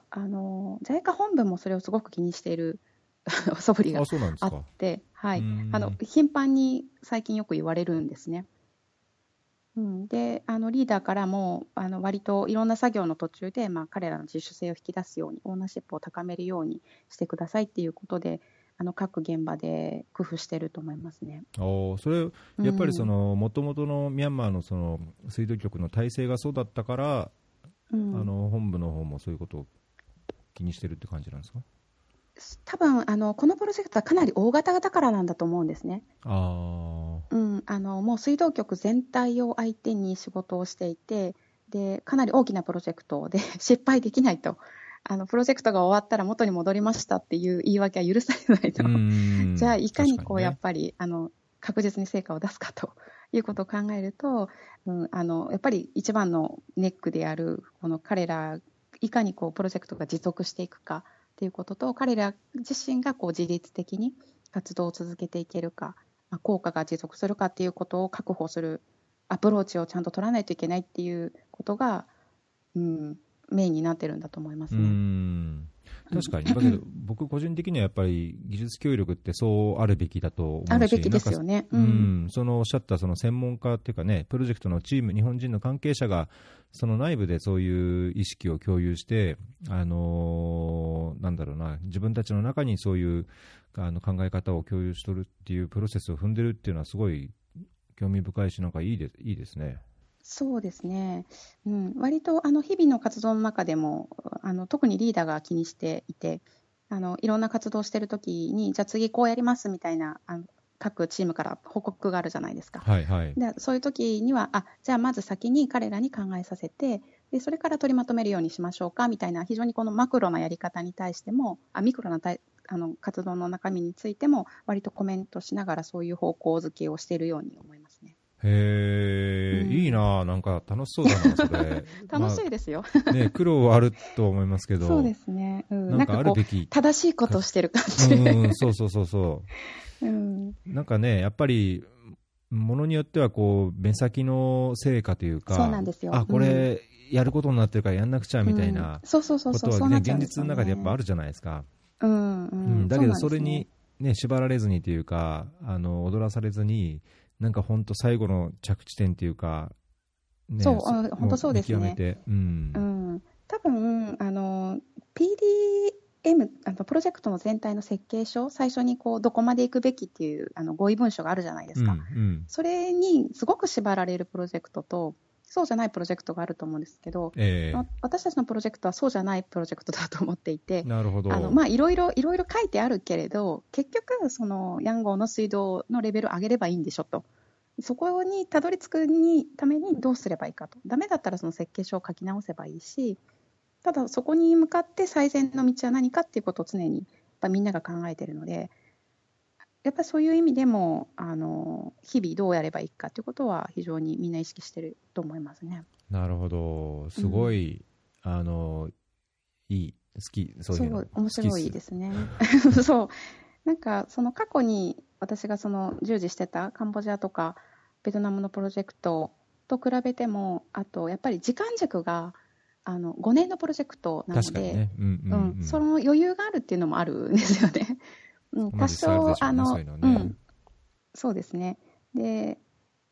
JICA 本部もそれをすごく気にしている素振りがあって、頻繁に最近よく言われるんですね。でリーダーからも割といろんな作業の途中で、彼らの自主性を引き出すように、オーナーシップを高めるようにしてくださいっていうことで、各現場で工夫していると思いますね。 それやっぱりもともとのミャンマーの水道局の体制がそうだったから、本部の方もそういうことを気にしてるって感じなんですか？ 多分このプロジェクトはかなり大型だからなんだと思うんですね。もう水道局全体を相手に仕事をしていて、でかなり大きなプロジェクトで失敗できないと、プロジェクトが終わったら元に戻りましたっていう言い訳は許されないとじゃあいかにやっぱり確実に成果を出すかということを考えると、やっぱり一番のネックであるこの彼らいかにプロジェクトが持続していくかということと、彼ら自身が自律的に活動を続けていけるか、効果が持続するかっていうことを確保するアプローチをちゃんと取らないといけないっていうことが、メインになってるんだと思いますね。 確かに。だけど僕個人的にはやっぱり技術協力ってそうあるべきだと思うし、 あるべきですよね。 おっしゃった専門家っていうかね、プロジェクトのチーム、日本人の関係者がその内部でそういう意識を共有して、なんだろうな、自分たちの中にそういう考え方を共有しとるっていうプロセスを踏んでるっていうのはすごい興味深いし、なんかいいですね。 そうですね、割と日々の活動の中でも特にリーダーが気にしていて、いろんな活動をしているときに、じゃあ次こうやりますみたいな各チームから報告があるじゃないですか。でそういうときにはじゃあまず先に彼らに考えさせて、でそれから取りまとめるようにしましょうかみたいな、非常にこのマクロなやり方に対してもミクロな活動の中身についても割とコメントしながら、そういう方向づけをしているように思いますね。 いいな、なんか楽しそうだな、それ楽しいですよ、 苦労はあると思いますけど、 そうですね、 なんかあるべき正しいことをしてる感じそう、なんかね、やっぱりものによっては目先の成果というか、 そうなんですよ、 これやることになってるからやんなくちゃみたいなことはね、現実の中でやっぱあるじゃないですか。だけどそれにね、縛られずにというか、踊らされずに、なんか本当最後の着地点というか、 ね、本当そうですね。 見極めて、 多分PDM プロジェクトの全体の設計書、最初にどこまで行くべきっていう合意文書があるじゃないですか。それにすごく縛られるプロジェクトと、そうじゃないプロジェクトがあると思うんですけど、私たちのプロジェクトはそうじゃないプロジェクトだと思っていて、 なるほど。 いろいろ書いてあるけれど、結局ヤンゴンの水道のレベルを上げればいいんでしょと、そこにたどり着くためにどうすればいいかと、ダメだったらその設計書を書き直せばいいし、ただそこに向かって最善の道は何かっていうことを常にやっぱみんなが考えているので、やっぱりそういう意味でも日々どうやればいいかということは非常にみんな意識していると思いますね。 なるほど、すごい、いい、好き、そういうの。 そう、面白いですね。そう、なんかその過去に私が従事してたカンボジアとかベトナムのプロジェクトと比べても、あとやっぱり時間軸が5年のプロジェクトなので、 ね、 その余裕があるっていうのもあるんですよね。多少そうですね。で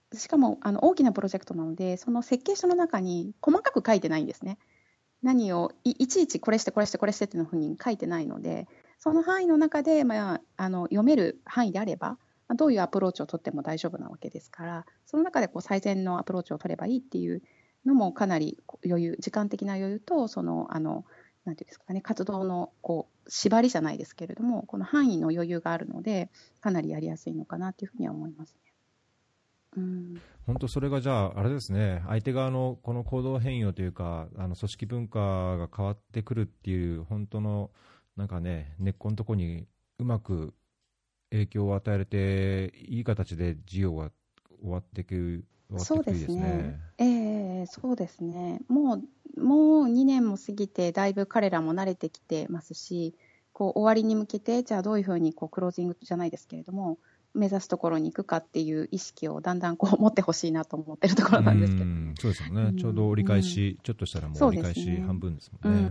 しかも大きなプロジェクトなので、その設計書の中に細かく書いてないんですね。何をいちいちこれしてこれしてこれしてっていうふうに書いてないので、その範囲の中で、読める範囲であれば、どういうアプローチを取っても大丈夫なわけですから、その中でこう最善のアプローチを取ればいいっていうのもかなり時間的な余裕と、なんていうんですかね、活動のこう縛りじゃないですけれども、この範囲の余裕があるので、かなりやりやすいのかなというふうには思いますね。 本当それがじゃあ、あれですね、相手側のこの行動変容というか、組織文化が変わってくるっていう、本当のなんかね、根っこのところにうまく影響を与えて、いい形で事業が終わっていくそうでといいですすね。 ね。 そうですね。もう2年も過ぎて、だいぶ彼らも慣れてきてますし、こう終わりに向けて、じゃあどういうふうにこうクロージングじゃないですけれども、目指すところに行くかっていう意識をだんだんこう持ってほしいなと思ってるところなんですけどね。 そうですよね、ちょうどうん、 折り返うん、 し、ちょっとしたらもうそうで折り返すね。 し半分ですもうん、 んね。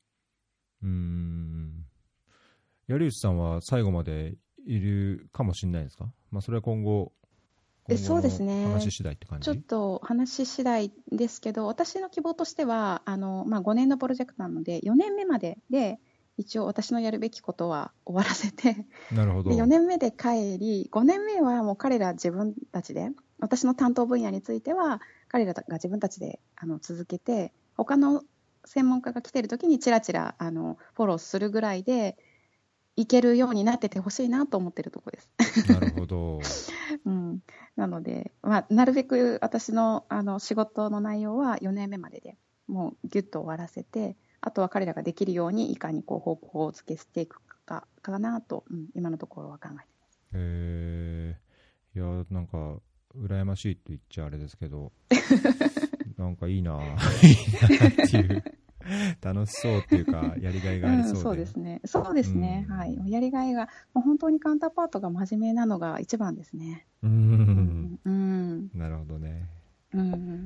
槍内さんは最後までいるかもしれないですか、それは今後そうですの話ね。 次第って感ちょっじ？ と話次第ですけど、私の希望としては、5年のプロジェクトなので、4年目までで、一応私のやるべきことは終わらせて、で、 なるほど。 4年目で帰り、5年目はもう彼ら自分たちで、私の担当分野については、彼らが自分たちで続けて、他の専門家が来てる時にチラチラフォローするぐらいで、いけるようになっててほしいなと思ってるところです。 なるほど。 うん、なので、なるべく私の、仕事の内容は4年目まででもうギュッと終わらせて、あとは彼らができるようにいかにこう方向を付けしていくかなと、今のところは考えています。 いや、なんか、羨ましいと言っちゃあれですけど、なんかいいなぁいいなっていう、楽しそうっていうか、やりがいがありそうで。 そうですね。そうですね。はい。やりがいが、もう本当にカウンターパートが真面目なのが一番ですね。 なるほどね。 うん。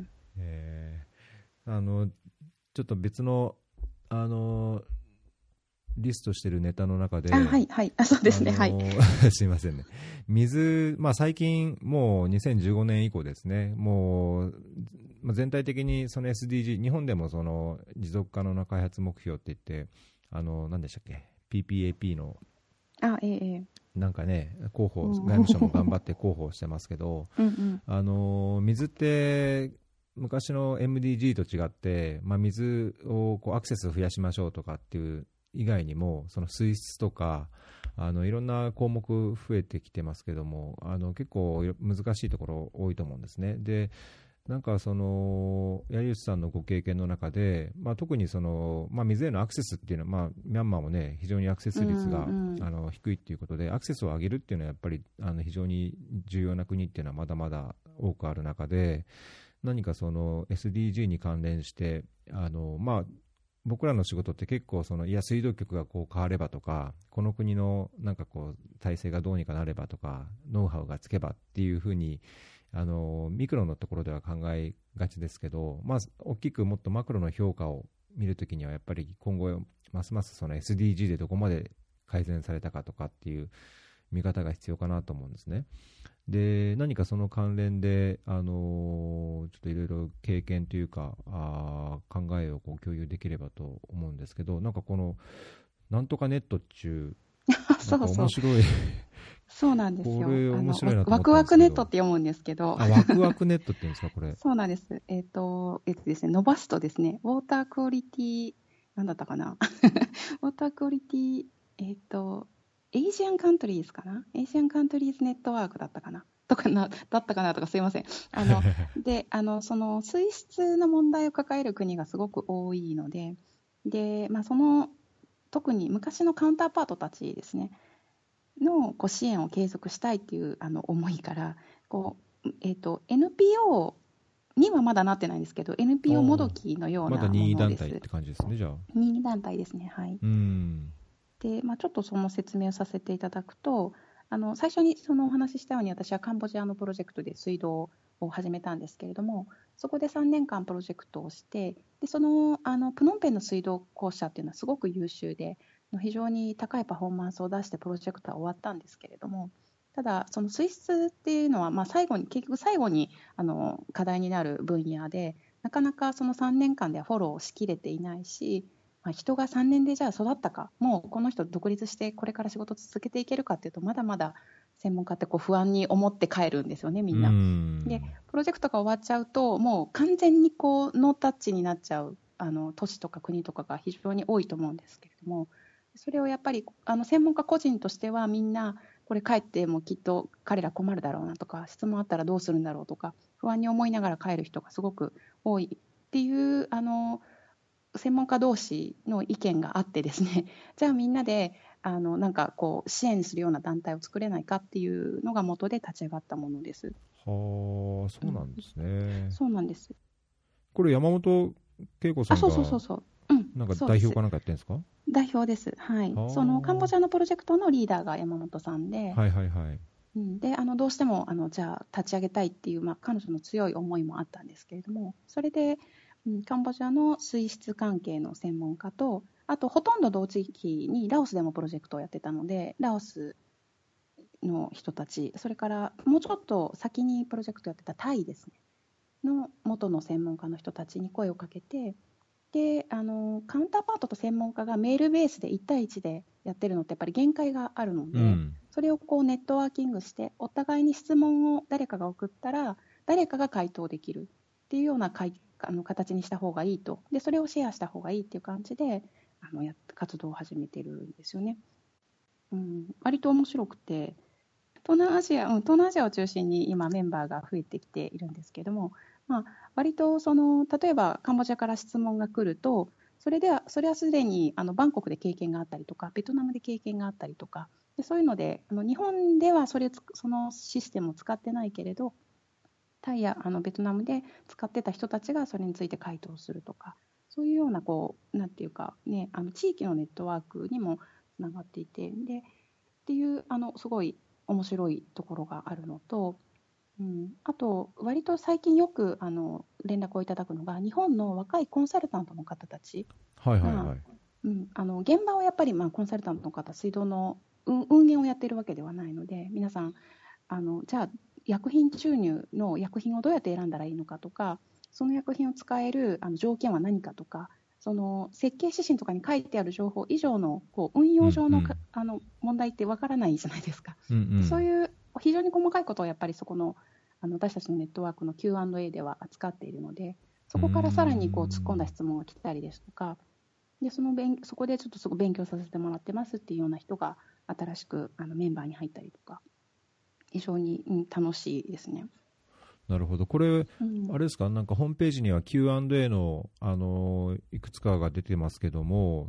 えーちょっと別の、あのリストしてるネタの中で、 はい、はい。そうですね。はい。 すいませんね。最近、もう2015年以降ですね、もう、全体的にその SDG、日本でもその持続可能な開発目標って言って、何でしたっけ、PPAP の、 ええ。 なんかね、外うん。 務省も頑張って広報してますけど、 うん。 水って昔の MDG と違って、水をアクセスを増やしましょうとかっていう以外にも、その水質とかいろんな項目増えてきてますけども、結構難しいところ多いと思うんですね。で、なんかその槍内さんのご経験の中で、特にその、水へのアクセスっていうのは、ミャンマーもね、非常にアクセス率が、低いということで、アクセスを上げるっていうのはやっぱり非常に重要な国っていうのはまだまだ多くある中で、何かその SDG に関連して、僕らの仕事って結構水道局がこう変わればとか、この国のなんかこう体制がどうにかなればとか、ノウハウがつけばっていうふうにミクロのところでは考えがちですけど、大きくもっとマクロの評価を見るときにはやっぱり今後ますますその SDG でどこまで改善されたかとかっていう見方が必要かなと思うんですね。で、何かその関連で、ちょっといろいろ経験というか考えをこう共有できればと思うんですけど、なんかこのなんとかネットっていうなんかそうそう。 面白いそうなんですこよ。 れ面白いなと思っワクワクネットったんですけど、 て読むんですけど、 ワクワクネットって言うんですか、これ？ そうなんです。ですね、伸ばすとですね、ウォータークオリティ、なんだったかな。ウォータークオリティ、エイジアンカントリーズかな、エイジアンカントリーズネットワークだったかなだったかなとかすいません。で、その水質の問題を抱える国がすごく多いので、で、特に昔のカウンターパートたちですね、のこう支援を継続したいっていう思いから、こう、NPO にはまだなってないんですけど、NPO もどきのようまだなも任意のです。 団体って感じですね、じゃあ。 任意団体ですね。はい。で、ちょっとその説明をさせていただくと、最初にそのお話ししたように、私はカンボジアのプロジェクトで水道を始めたんですけれども、そこで3年間プロジェクトをして、でプノンペンの水道公社っていうのはすごく優秀で、非常に高いパフォーマンスを出してプロジェクトは終わったんですけれども、 ただ、その水質っていうのは、結局最後に課題になる分野で、なかなかその3年間ではフォローしきれていないし、人が3年でじゃあ育ったか、もうこの人独立してこれから仕事続けていけるかっていうと、まだまだ専門家ってこう不安に思って帰るんですよね、みんな。で、プロジェクトが終わっちゃうと、もう完全にこうノータッチになっちゃう都市とか国とかが非常に多いと思うんですけれども、それをやっぱり専門家個人としてはみんなこれ帰ってもきっと彼ら困るだろうなとか、質問あったらどうするんだろうとか不安に思いながら帰る人がすごく多いっていう専門家同士の意見があってですね、じゃあみんなでなんかこう支援するような団体を作れないかっていうのが元で立ち上がったものです。 はあ、そうなんですね。 そうなんです。 これ山本恵子さんがなんか代表かなんかやってるんですか？ 代表です。はい。そのカンボジアのプロジェクトのリーダーが山本さんで、 はいはいはい。 でどうしてもじゃあ立ち上げたいっていう、彼女の強い思いもあったんですけれども、それで、カンボジアの水質関係の専門家と、あとほとんど同時期にラオスでもプロジェクトをやってたので、ラオスの人たち、それからもうちょっと先にプロジェクトやってたタイですねの元の専門家の人たちに声をかけて、でカウンターパートと専門家がメールベースで1対1でやってるのってやっぱり限界があるので、それをこうネットワーキングしてお互いに質問を誰かが送ったら誰かが回答できるっていうような形にした方がいいと。でそれをシェアした方がいいっていう感じで活動を始めてるんですよね。割と面白くて、東南アジアを中心に今メンバーが増えてきているんですけども、割と例えばカンボジアから質問が来ると、それはすでにバンコクで経験があったりとか、ベトナムで経験があったりとか、でそういうので日本ではそのシステムを使ってないけれど、タイやベトナムで使ってた人たちがそれについて回答するとか、そういうようななんていうかね、地域のネットワークにもつながっていて、でっていうすごい面白いところがあるのと、あと割と最近よく連絡をいただくのが、日本の若いコンサルタントの方たちが、現場はやっぱりコンサルタントの方、水道の運営をやっているわけではないので、皆さんじゃあ薬品注入の薬品をどうやって選んだらいいのかとか、その薬品を使える条件は何かとか、その設計指針とかに書いてある情報以上の運用上の、問題ってわからないじゃないですか。そういう非常に細かいことをやっぱりそこの私たちのネットワークの Q&A では扱っているので、そこからさらに突っ込んだ質問が来たりですとか、でそこでちょっとすごく勉強させてもらってますっていうような人が新しくメンバーに入ったりとか、非常に、楽しいですね。 なるほど。これ、あれですか、なんかホームページには Q&A の、いくつかが出てますけども、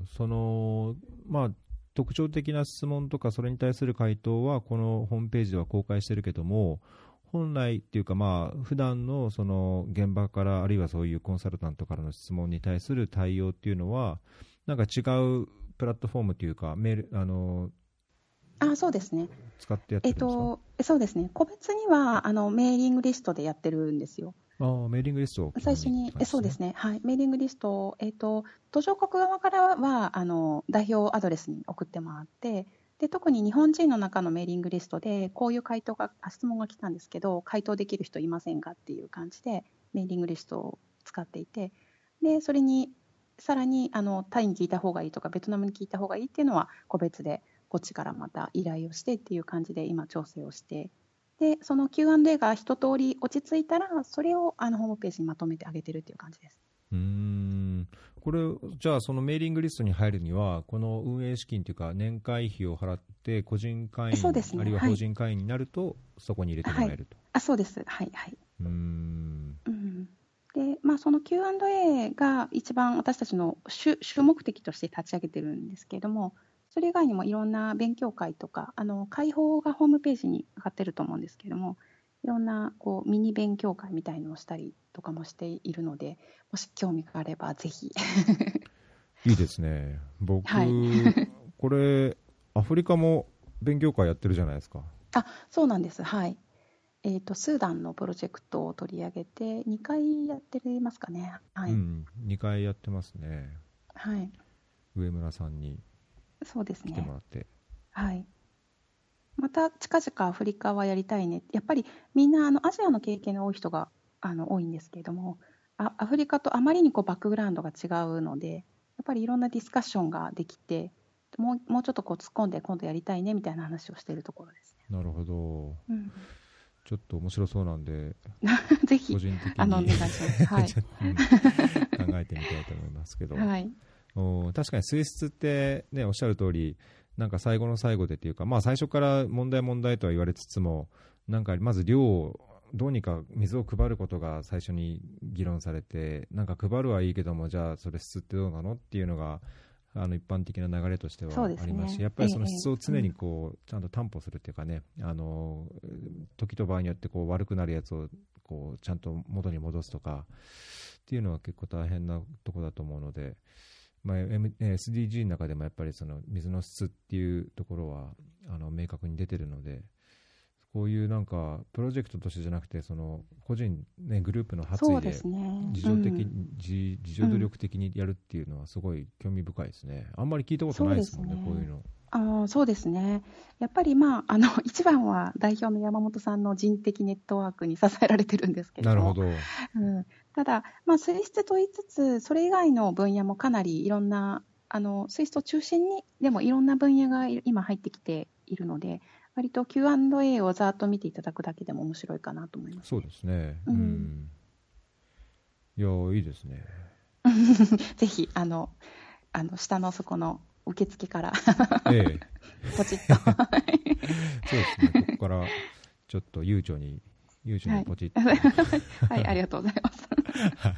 特徴的な質問とかそれに対する回答はこのホームページでは公開してるけども、本来っていうか普段のその現場から、あるいはそういうコンサルタントからの質問に対する対応っていうのはなんか違うプラットフォームというかメールそうですね。 使ってやってるんですか？ そうですね。個別にはメーリングリストでやってるんですよ。 メーリングリストを最初に、そうですね。はい。メーリングリストを途上国側からは代表アドレスに送ってもらって、で特に日本人の中のメーリングリストでこういう質問が来たんですけど、回答できる人いませんかっていう感じでメーリングリストを使っていて、でそれにさらにタイに聞いた方がいいとかベトナムに聞いた方がいいっていうのは個別でこっちからまた依頼をしてっていう感じで今調整をして、でその Q&A が一通り落ち着いたらそれをホームページにまとめてあげてるっていう感じです。 これじゃあそのメーリングリストに入るにはこの運営資金というか年会費を払って個人会員、ね、あるいは法人会員になると、そこに入れてもらえると。 そうです。はいはい。でその Q&A が一番私たちの主目的として立ち上げてるんですけれども、それ以外にもいろんな勉強会とか会報がホームページに上がってると思うんですけれども、いろんなミニ勉強会みたいのをしたりとかもしているので、もし興味があればぜひいいですね。僕、これアフリカも勉強会やってるじゃないですか。 そうなんです。はい。スーダンのプロジェクトを取り上げて2回やってますかね。はい。 2回やってますね。 はい。 上村さんにそうですね。 来てもらって。 はい。 また近々アフリカはやりたいね。やっぱりみんなアジアの経験の多い人が多いんですけれども、アフリカとあまりにバックグラウンドが違うので、やっぱりいろんなディスカッションができて、もうちょっと突っ込んで今度やりたいねみたいな話をしているところですね。 なるほど、 うん、 ちょっと面白そうなんでぜひ個人的にお願いします。はい、 考えてみたいと思いますけど、 はい、 確かに水質って、ね、おっしゃる通り、なんか最後の最後でっていうか、まあ、最初から問題とは言われつつも、なんかまず量をどうにか水を配ることが最初に議論されて、なんか配るはいいけども、じゃあそれ質ってどうなのっていうのが一般的な流れとしてはありますし、やっぱりその質を常にちゃんと担保するっていうかね、時と場合によって悪くなるやつをちゃんと元に戻すとかっていうのは結構大変なところだと思うので、まあSDG の中でもやっぱりその水の質っていうところは明確に出てるので、こういうなんかプロジェクトとしてじゃなくて、その個人、ね、グループの発意で自助努力的にやるっていうのはすごい興味深いですね。あんまり聞いたことないですもんね、こういうの。 そうですね。やっぱり、一番は代表の山本さんの人的ネットワークに支えられてるんですけれども。 なるほど。 ただ、水質と言いつつ、それ以外の分野もかなりいろんな、水質を中心に、でもいろんな分野が今入ってきているので、割と Q&A をざっと見ていただくだけでも面白いかなと思います、 そうですね。いや、いいですね。 ぜひ、下のそこの受付からポチッとそうですね、ここからちょっと悠長にポチッとはい、ありがとうございますはい、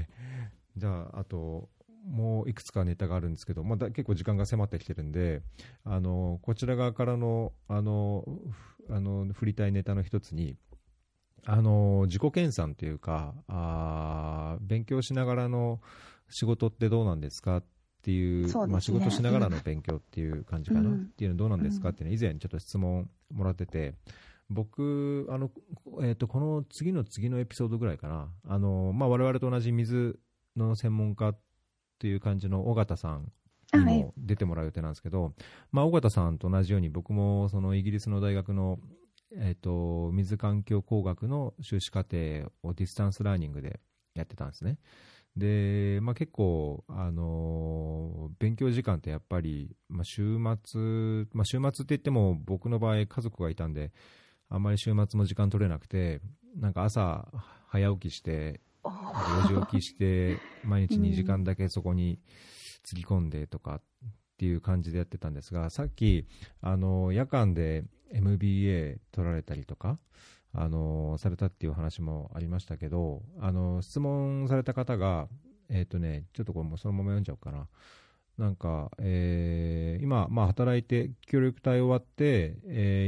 じゃああともういくつかネタがあるんですけど、結構時間が迫ってきてるんで、こちら側からの振りたいネタの一つに、自己研鑽というか、勉強しながらの仕事ってどうなんですかっていう、仕事しながらの勉強っていう感じかな、っていうのどうなんですかっていうの以前ちょっと質問もらってて、僕この次のエピソードぐらいかな、我々と同じ水の専門家っていう感じの尾形さんにも出てもらう予定なんですけど、尾形さんと同じように僕もそのイギリスの大学の水環境工学の修士課程をディスタンスラーニングでやってたんですね。で、結構、勉強時間ってやっぱり、週末って言っても僕の場合家族がいたんであんまり週末も時間取れなくて、なんか朝早起きして4時起きして毎日2時間だけそこにつぎ込んでとかっていう感じでやってたんですが、さっき夜間で MBA 取られたりとかされたっていう話もありましたけど、質問された方がちょっとこれもそのまま読んじゃおうかな。なんか、今、働いて協力隊終わって、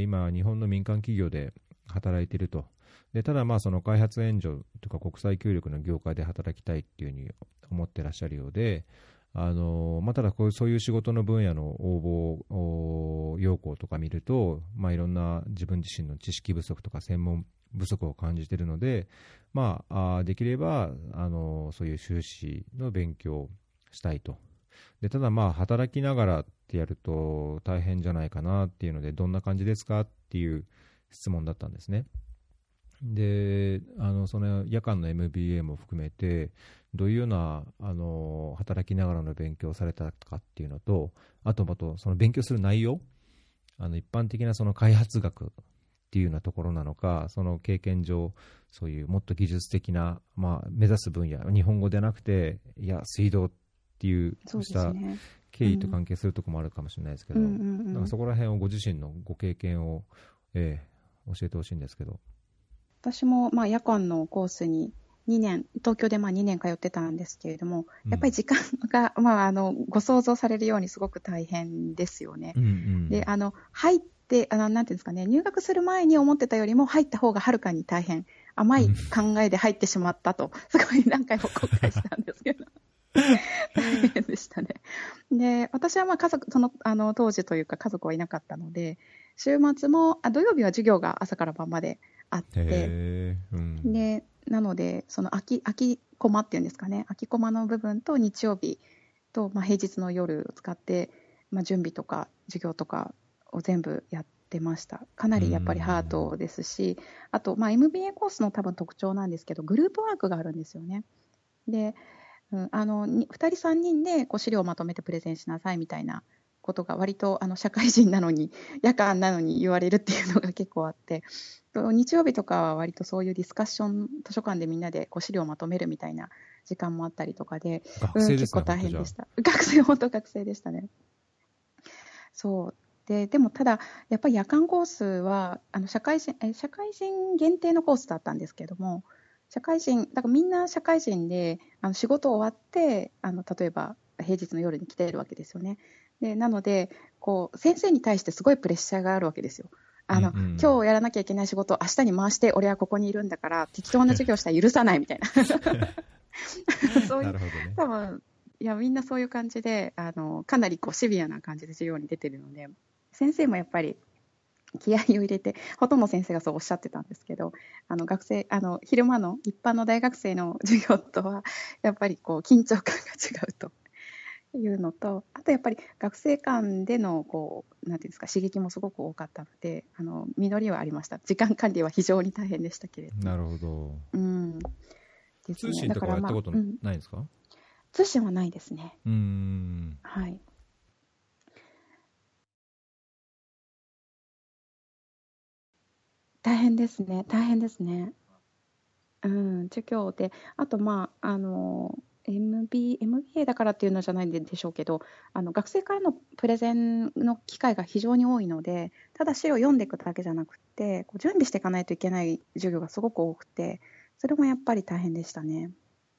今日本の民間企業で働いていると。でただその開発援助とか国際協力の業界で働きたいっていうふうに思ってらっしゃるようで、ただそういう仕事の分野の応募要項とか見ると、いろんな自分自身の知識不足とか専門不足を感じているので、できればそういう修士の勉強をしたいと。でただ働きながらってやると大変じゃないかなっていうので、どんな感じですかっていう質問だったんですね。でその夜間の MBA も含めてどういうような働きながらの勉強をされたかっていうのと、あとその勉強する内容、一般的なその開発学っていうようなところなのか、その経験上そういうもっと技術的な、目指す分野、日本語でなくて水道っていうそうした経緯と関係するところもあるかもしれないですけど、なんかそこら辺をご自身のご経験を、教えてほしいんですけど。 私も夜間のコースに東京で2年通ってたんですけれども、やっぱり時間が、ご想像されるようにすごく大変ですよね。で入ってなんていうんですかね、入学する前に思ってたよりも入った方がはるかに大変、甘い考えで入ってしまったと、すごい何回も後悔したんですけど大変でしたね。で私は家族当時というか家族はいなかったので、週末も土曜日は授業が朝から晩まであって、でなのでその空きコマっていうんですかね、空きコマの部分と日曜日と、平日の夜を使って、準備とか授業とかを全部やってました。かなりやっぱりハードですし、あと、MBA コースの多分特徴なんですけど、グループワークがあるんですよね。で、2人3人でこう資料をまとめてプレゼンしなさいみたいなことが割と社会人なのに夜間なのに言われるっていうのが結構あって、日曜日とかは割とそういうディスカッション、図書館でみんなでこう資料をまとめるみたいな時間もあったりとかで、 学生ですね、 結構大変でした。本当学生でしたね。そうでもただやっぱり夜間コースは社会人限定のコースだったんですけども、だからみんな社会人で仕事終わって例えば平日の夜に来ているわけですよね。でなのでこう先生に対してすごいプレッシャーがあるわけですよ。今日やらなきゃいけない仕事を明日に回して俺はここにいるんだから適当な授業したら許さないみたいなそういう、ね、多分いやみんなそういう感じでかなりこうシビアな感じで授業に出てるので、先生もやっぱり気合を入れて、ほとんど先生がそうおっしゃってたんですけど、学生昼間の一般の大学生の授業とはやっぱりこう緊張感が違うというのと、あとやっぱり学生間でのこうなんていうんですか、刺激もすごく多かったので実りはありました。時間管理は非常に大変でしたけれども。 なるほど。 ですね、 通信とかはやったことないですか？ 通信はないですね。 はい。 大変ですね。授業で、あとMBA だからっていうのじゃないんでしょうけど、学生からのプレゼンの機会が非常に多いので、ただ資料を読んでいくだけじゃなくて、こう準備していかないといけない授業がすごく多くて、それもやっぱり大変でしたね。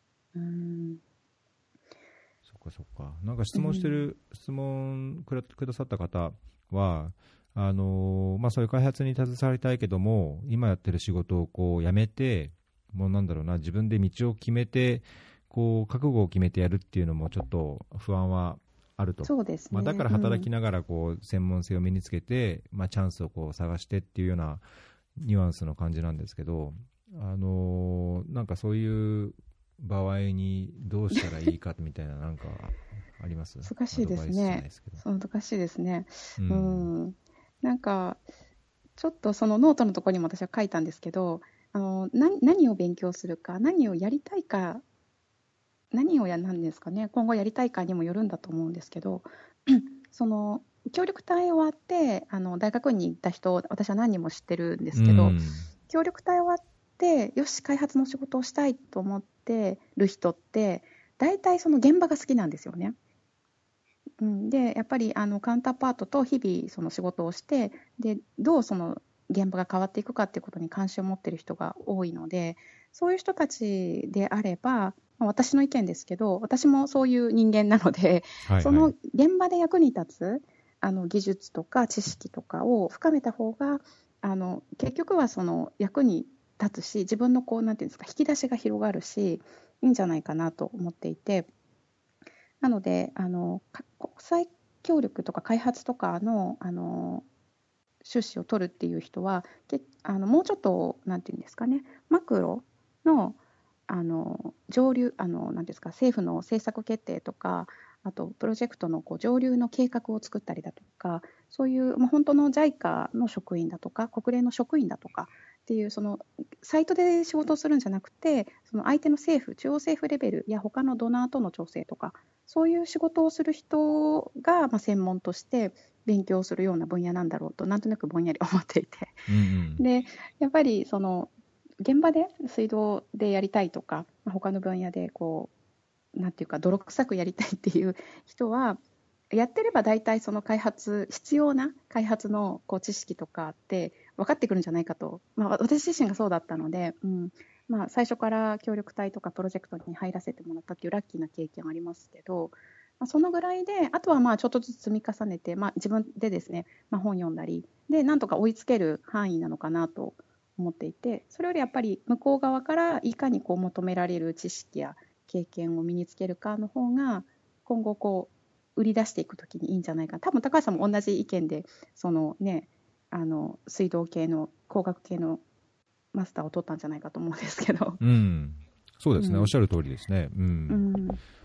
そっか。なんか質問くださった方は、そういう開発に携わりたいけども、今やってる仕事をこうやめて、もう自分で道を決めて、こう覚悟を決めてやるっていうのもちょっと不安はあると。 そうですね。 だから働きながらこう専門性を身につけて、チャンスをこう探してっていうようなニュアンスの感じなんですけど、なんかそういう場合にどうしたらいいかみたいななんかあります？ 難しいですね。難しいですね。なんかちょっとそのノートのところにも私は書いたんですけど、何を勉強するか、何をやりたいか、なんですかね、今後やりたいかにもよるんだと思うんですけど、その協力隊終わって大学に行った人、私は何人も知ってるんですけど、協力隊終わってよし開発の仕事をしたいと思ってる人って大体その現場が好きなんですよね。でやっぱりカウンターパートと日々その仕事をして、でどうその現場が変わっていくかっていうことに関心を持っている人が多いので、そういう人たちであれば、私の意見ですけど、私もそういう人間なので、その現場で役に立つ技術とか知識とかを深めた方が結局はその役に立つし、自分のこうなんていうんですか、引き出しが広がるし、いいんじゃないかなと思っていて、なので国際協力とか開発とかの出資を取るっていう人はもうちょっとなんていうんですかね、マクロの上流なんですか、政府の政策決定とか、あとプロジェクトのこう上流の計画を作ったりだとか、そういう、本当の JICA の職員だとか国連の職員だとかっていう、そのサイトで仕事をするんじゃなくて、その相手の政府、中央政府レベルや他のドナーとの調整とか、そういう仕事をする人が専門として勉強するような分野なんだろうと、なんとなくぼんやり思っていて、でやっぱりその現場で水道でやりたいとか、他の分野でこうなんていうか泥臭くやりたいっていう人は、やってれば大体その必要な開発のこう知識とかって分かってくるんじゃないかと、私自身がそうだったので、最初から協力隊とかプロジェクトに入らせてもらったっていうラッキーな経験はありますけど、そのぐらいで、あとはちょっとずつ積み重ねて、自分でですね、本読んだりでなんとか追いつける範囲なのかなと思っていて、それよりやっぱり向こう側からいかにこう求められる知識や経験を身につけるかの方が今後こう売り出していくときにいいんじゃないか。多分高橋さんも同じ意見で、そのね、水道系の工学系のマスターを取ったんじゃないかと思うんですけど。 そうですね、おっしゃる通りですね。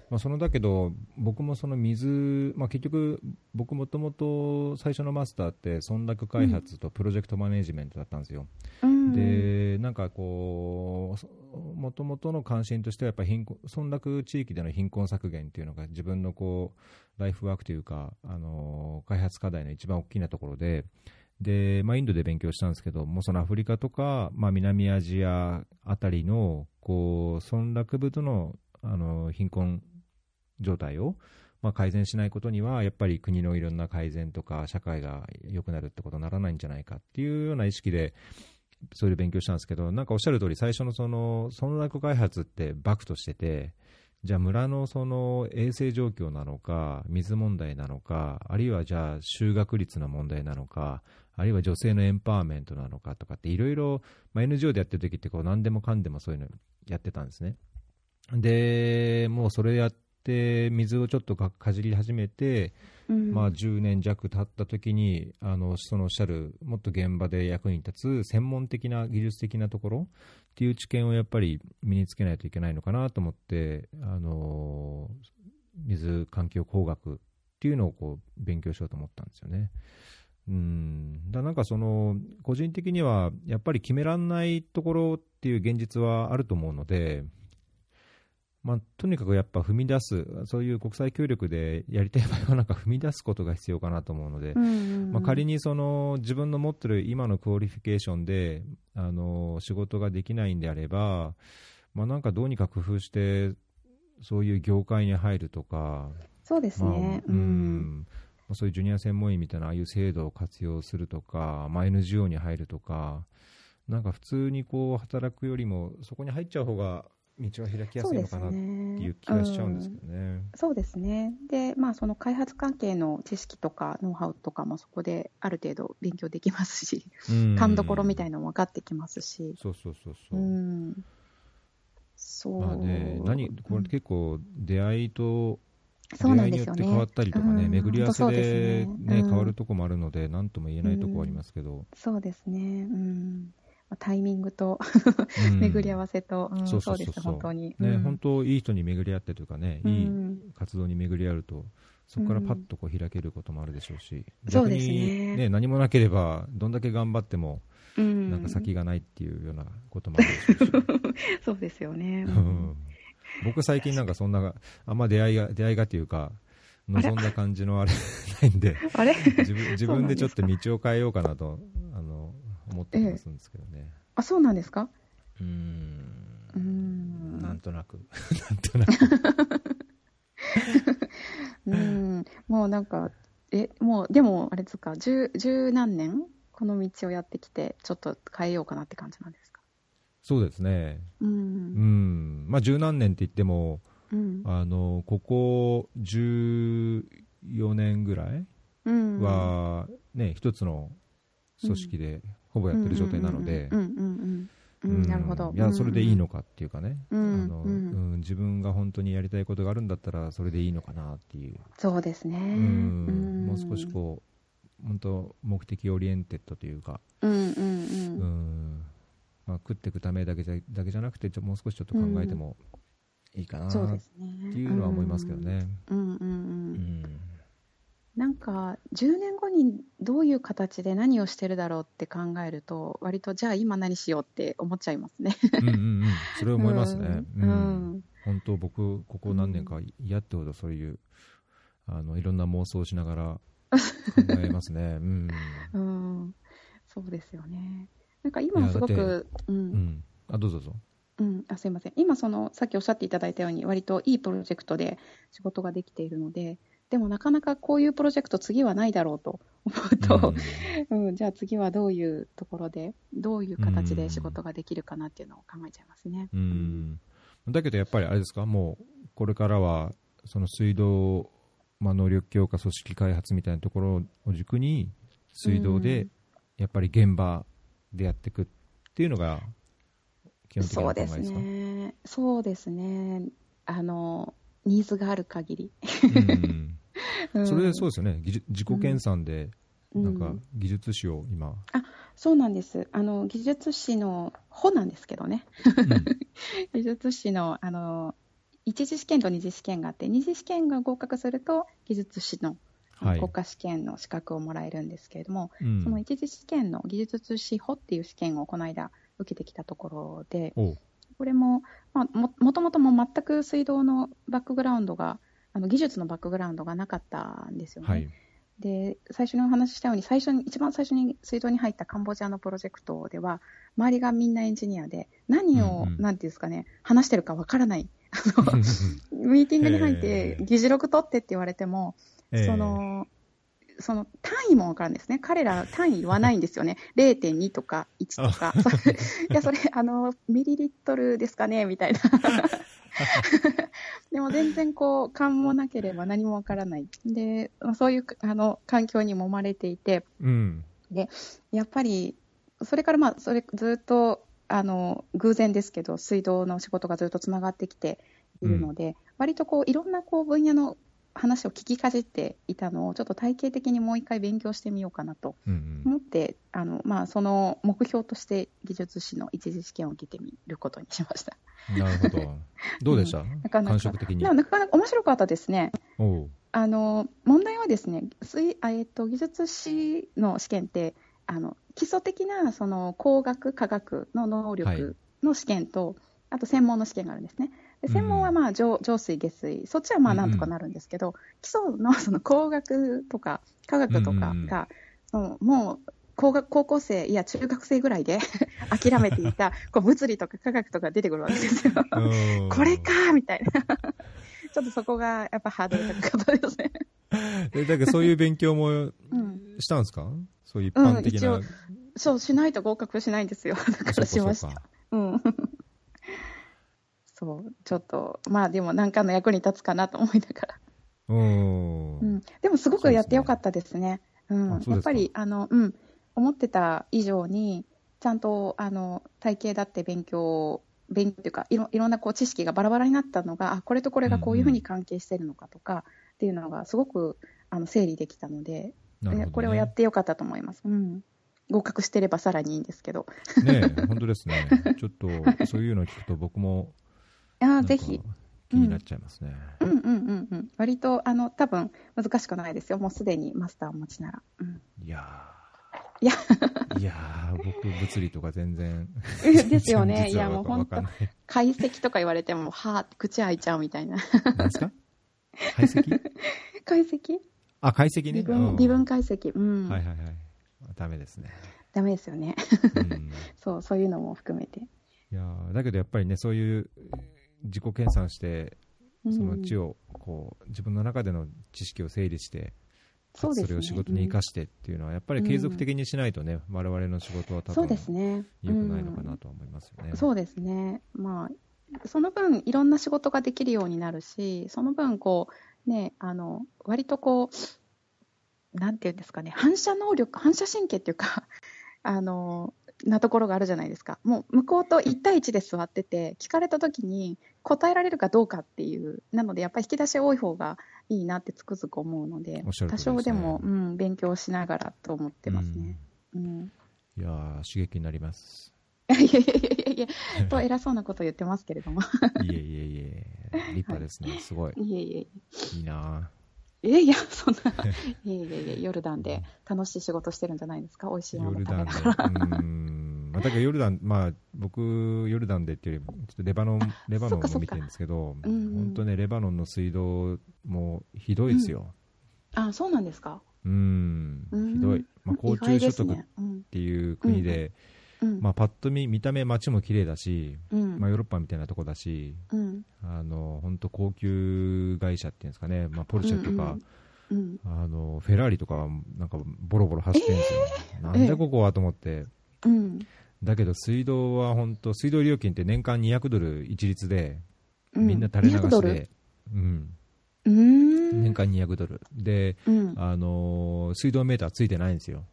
そのだけど僕もその水、結局僕もともと最初のマスターって村落開発とプロジェクトマネジメントだったんですよ。でなんかこうもともとの関心としてはやっぱり村落地域での貧困削減っていうのが自分のこうライフワークというか、開発課題の一番大きなところで、インドで勉強したんですけども、そのアフリカとか、南アジアあたりのこう村落部との、貧困状態を、改善しないことにはやっぱり国のいろんな改善とか社会が良くなるってことにならないんじゃないかっていうような意識でそういう勉強したんですけど、なんかおっしゃる通り最初のその村落開発ってバクとしてて、じゃあ村のその衛生状況なのか水問題なのか、あるいはじゃあ就学率の問題なのか、あるいは女性のエンパワーメントなのかとかっていろいろ NGO でやってる時ってこう何でもかんでもそういうのやってたんですね。でもうそれやって水をちょっとかじり始めて、10年弱経った時にそのおっしゃるもっと現場で役に立つ専門的な技術的なところっていう知見をやっぱり身につけないといけないのかなと思って、水環境工学っていうのをこう勉強しようと思ったんですよね。なんかその個人的にはやっぱり決めらんないところっていう現実はあると思うので、とにかくやっぱ踏み出す、そういう国際協力でやりたい場合はなんか踏み出すことが必要かなと思うので、仮にその自分の持っている今のクオリフィケーションで仕事ができないんであれば、なんかどうにか工夫してそういう業界に入るとか、 そうですね、 そういうジュニア専門員みたいなああいう制度を活用するとか、NGO に入るとか、なんか普通にこう働くよりもそこに入っちゃう方が道は開きやすいのかなっていう気がしちゃうんですけどね。 そうですね。で、その開発関係の知識とかノウハウとかもそこである程度勉強できますし、勘どころみたいなのも分かってきますし。 そう。これ結構出会いと出会いによって変わったりとかね、巡り合わせで変わるところもあるので、何とも言えないところはありますけど。 そうですね。タイミングと巡り合わせと、そうです、本当に。 本当いい人に巡り合ってというかね、いい活動に巡り合うと、そこからパッとこう開けることもあるでしょうし、逆にね、何もなければどんだけ頑張ってもなんか先がないっていうようなこともあるでしょうし。 そうですよね。 僕最近なんかそんなあんま出会いがというか望んだ感じのあれないんで、自分でちょっと道を変えようかなと思ってますんですけどね。 そうなんですか？ なんとなくもうなんかもうでもあれですか、十何年この道をやってきてちょっと変えようかなって感じなんですか？ そうですね。十何年って言っても、ここ14年ぐらいはね、一つの組織でほぼやってる状態なので、 なるほど。 いやそれでいいのかっていうかね、自分が本当にやりたいことがあるんだったらそれでいいのかなっていう。 そうですね。 もう少しこう本当目的オリエンテッドというか、食っていくためだけじゃなくてもう少しちょっと考えてもいいかなっていうのは思いますけどね。 なんか10年後にどういう形で何をしてるだろうって考えると、割とじゃあ今何しようって思っちゃいますね。 それ思いますね。本当僕ここ何年か嫌ってほどそういういろんな妄想をしながら考えますね。 そうですよね。なんか今すごくどうぞ。 すいません。今さっきおっしゃっていただいたように割といいプロジェクトで仕事ができているので、でもなかなかこういうプロジェクト次はないだろうと思うと、じゃあ次はどういうところでどういう形で仕事ができるかなっていうのを考えちゃいますね。 だけどやっぱりあれですか、もうこれからはその水道、能力強化組織開発みたいなところを軸に水道でやっぱり現場でやっていくっていうのが基本的な考えですか？ そうですね。ニーズがある限り。 それでそうですよね。自己研鑽でなんか技術士を今。 そうなんです。技術士の方なんですけどね。技術士の一次試験と二次試験があって、二次試験が合格すると技術士のはい。 国家試験の資格をもらえるんですけれども、 うんその一次試験の技術士補っていう試験をこの間受けてきたところで、 おうこれも、もともとも全く水道のバックグラウンドが、技術のバックグラウンドがなかったんですよね。 はい。 で、最初にお話ししたように、一番最初に水道に入ったカンボジアのプロジェクトでは、周りがみんなエンジニアで、何を、 うんうんなんていうんですかね、話してるかわからない。ミーティングに入って、議事録取ってって言われても、その単位もわかるんですね。彼ら単位言わないんですよね。0.2 とか1とか。いや、それ、ミリリットルですかねみたいな。でも全然勘もなければ何もわからない。で、そういう、環境に揉まれていて、 うん。 で、やっぱり、それからずっと、偶然ですけど、水道の仕事がずっとつながってきているので、割といろんな分野の話を聞きかじっていたのを、ちょっと体系的にもう一回勉強してみようかなとうん思って、その目標として技術士の一次試験を受けてみることにしました。 うん。なるほど。どうでした、 なかなか感触的に。 なかなか面白かったですね。 おう。 問題はですね、技術士の試験って、基礎的なその工学、科学の能力の試験と、あと専門の試験があるんですね。で専門は上水、下水、そっちはなんとかなるんですけど、基礎のその工学とか科学とかが、もう高校生、いや中学生ぐらいで諦めていた物理とか科学とか出てくるわけですよ。これかみたいな。ちょっとそこがやっぱハードル高かったですね。 だけどそういう勉強もしたんですか、そういう一般的な。 一応、そう、しないと合格しないんですよ。だからしました。そう、ちょっと、でも何かの役に立つかなと思いながら。でもすごくやってよかったですね。やっぱり、思ってた以上に、ちゃんと、体系だって勉強っていうか、いろんな知識がバラバラになったのが、これとこれがこういうふうに関係してるのかとか、っていうのがすごく整理できたので、これをやってよかったと思います。合格してればさらにいいんですけど。 ねえ、本当ですね。ちょっと、そういうのを聞くと僕も、 ぜひ。 気になっちゃいますね。 割と、多分、難しくないですよ。もうすでにマスターをお持ちなら。 いや僕、物理とか全然。 ですよね。いや、もう本当、解析とか言われても、口開いちゃうみたいな。 何ですか？解析？ 解析？ 解析ね。 微分解析。 はいはいはい。ダメですね。 ダメですよね。そういうのも含めて。 いやだけどやっぱりね、そういう自己研鑽して、その知を自分の中での知識を整理して、それを仕事に生かしてっていうのは、やっぱり継続的にしないとね、我々の仕事は多分良くないのかなと思いますよね。 そうですね。その分いろんな仕事ができるようになるし、その分割となんていうんですかね、反射神経っていうかなところがあるじゃないですか。もう向こうと1対1で座ってて、聞かれた時に答えられるかどうかっていう、なのでやっぱり引き出し多い方がいいなってつくづく思うので、多少でも、勉強しながらと思ってますね。 いや刺激になります。 いやと偉そうなこと言ってますけれども。 いえ、立派ですね、すごい。 いいな。 そんな、ヨルダンで楽しい仕事してるんじゃないですか、美味しいもの食べながら。 だからヨルダン、僕、ヨルダンでっていうよりも、ちょっとレバノンを見てるんですけど、本当ね、レバノンの水道もひどいですよ。 そうなんですか。 ひどい。高中所得っていう国で、パッと見た目街も綺麗だし、ヨーロッパみたいなとこだし、本当高級会社っていうんですかね、ポルシェとか、フェラーリとかはなんかボロボロ走ってるんですよ。なんでここはと思って。だけど水道は本当、水道料金って年間$200一律で、みんな垂れ流しで、年間$200で、水道メーターついてないんですよ。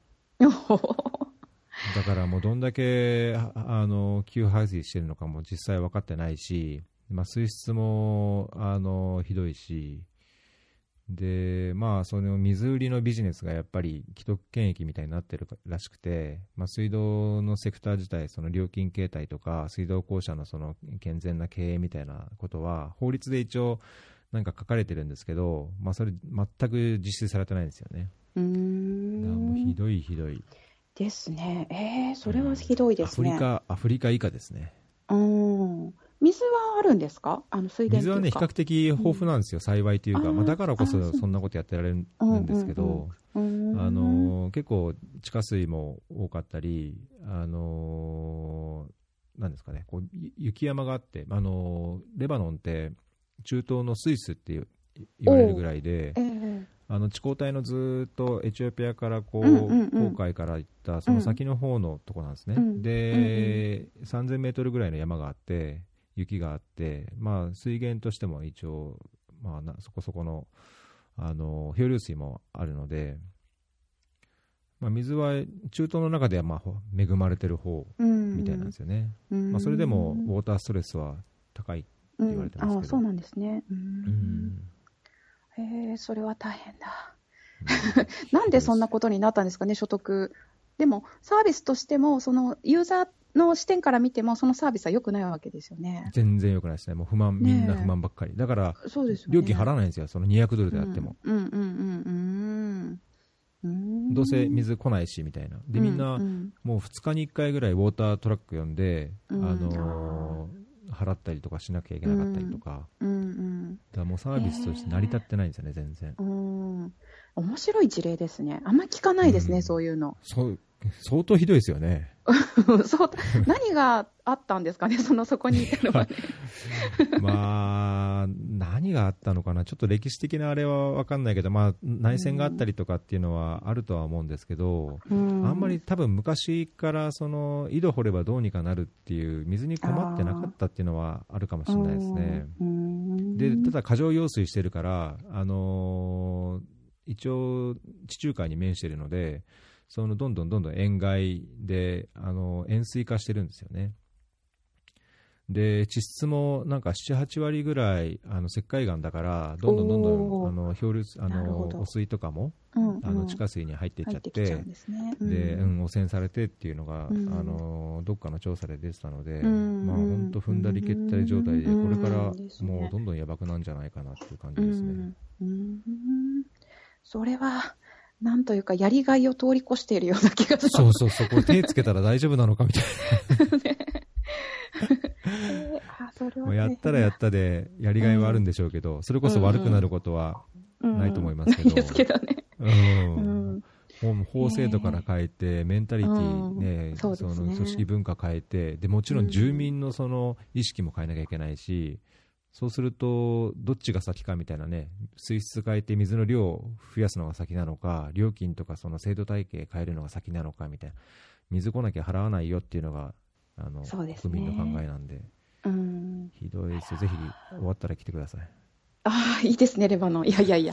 だからもうどんだけ給排水してるのかも実際分かってないし、水質もひどいし、 で、その水売りのビジネスがやっぱり既得権益みたいになってるらしくて、水道のセクター自体、その料金形態とか水道公社のその健全な経営みたいなことは法律で一応なんか書かれてるんですけど、それ全く実施されてないんですよね。だからもうひどいひどいですね。それはひどいですね。 アフリカ以下ですね。 水はあるんですか？水源というか。 水はね、比較的豊富なんですよ、幸いというか。だからこそそんなことやってられるんですけど、結構地下水も多かったり、なんですかね、こう雪山があって、レバノンって中東のスイスって言われるぐらいで、地高帯のずっとエチオピアから紅海から行ったその先の方のとこなんですね。で、3000メートルぐらいの山があって、雪があって、水源としても一応、そこそこの、漂流水もあるので、水は中東の中では恵まれてる方みたいなんですよね。それでもウォーターストレスは高いって言われてますけど。 そうなんですね。それは大変だ。なんでそんなことになったんですかね、所得。でもサービスとしても、そのユーザーの視点から見てもそのサービスは良くないわけですよね。 全然良くないですね。もうみんな不満ばっかり。だから料金払わないんですよ。その200ドルであっても。どうせ水来ないしみたいな。でみんなもう2日に1回ぐらいウォータートラック呼んで、払ったりとかしなきゃいけなかったりとか。だからもうサービスとして成り立ってないんですよね、全然。 面白い事例ですね。あんまり聞かないですね、そういうの。 相当ひどいですよね。 何があったんですかね、そこにいたのはね。 何があったのかな、ちょっと歴史的なあれは分かんないけど、内戦があったりとかっていうのはあるとは思うんですけど、あんまり多分昔から井戸掘ればどうにかなるっていう水に困ってなかったっていうのはあるかもしれないですね。でただ過剰用水してるから、一応地中海に面しているので、どんどん塩害で塩水化してるんですよね。で地質もなんか 7,8 割ぐらい石灰岩だから、どんどん漂流汚水とかも地下水に入っていっちゃって、で汚染されてっていうのがどっかの調査で出てたので、本当踏んだり蹴ったり状態で、これからもうどんどんやばくなんじゃないかなっていう感じですね。 それはなんというかやりがいを通り越しているような気がします。 そうこれ手つけたら大丈夫なのかみたいな。やったらやったでやりがいはあるんでしょうけど、それこそ悪くなることはないと思いますけど。 ないですけどね。 法制度から変えて、メンタリティね、その組織文化変えて、でもちろん住民のその意識も変えなきゃいけないし、そうするとどっちが先かみたいなね、水質変えて水の量を増やすのが先なのか、料金とかその制度体系変えるのが先なのかみたいな、水来なきゃ払わないよっていうのが国民の考えなんで、ひどいですよ。ぜひ終わったら来てください。 いいですね、レバノン。いや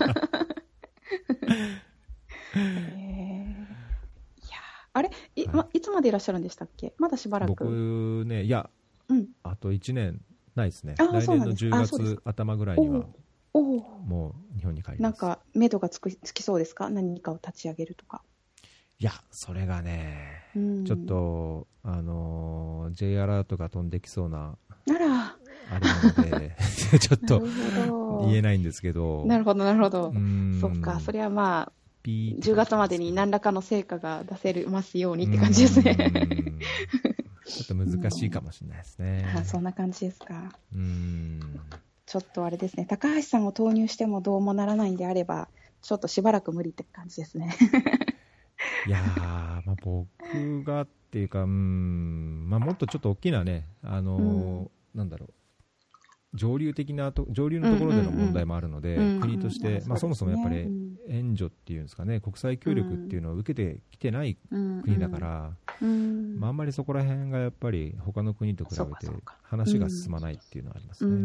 あれ、いつまでいらっしゃるんでしたっけ？まだしばらく。 僕ね、あと1年ないですね。来年の10月頭ぐらいにはもう日本に帰ります。 なんか目処がつきそうですか？何かを立ち上げるとか。 いや、それがね、ちょっとJ アラートが飛んできそうなあれなのでちょっと言えないんですけど。なるほど。そっか、それは10月までに何らかの成果が出せますようにって感じですね。 ちょっと難しいかもしれないですね。 そんな感じですか。ちょっとあれですね、高橋さんを投入してもどうもならないんであれば、ちょっとしばらく無理って感じですね。 いやー、僕がっていうか、もっとちょっと大きなね、なんだろう、上流のところでの問題もあるので、国として、そもそもやっぱり援助っていうんですかね、国際協力っていうのを受けてきてない国だから、あんまりそこら辺がやっぱり他の国と比べて話が進まないっていうのはありますね。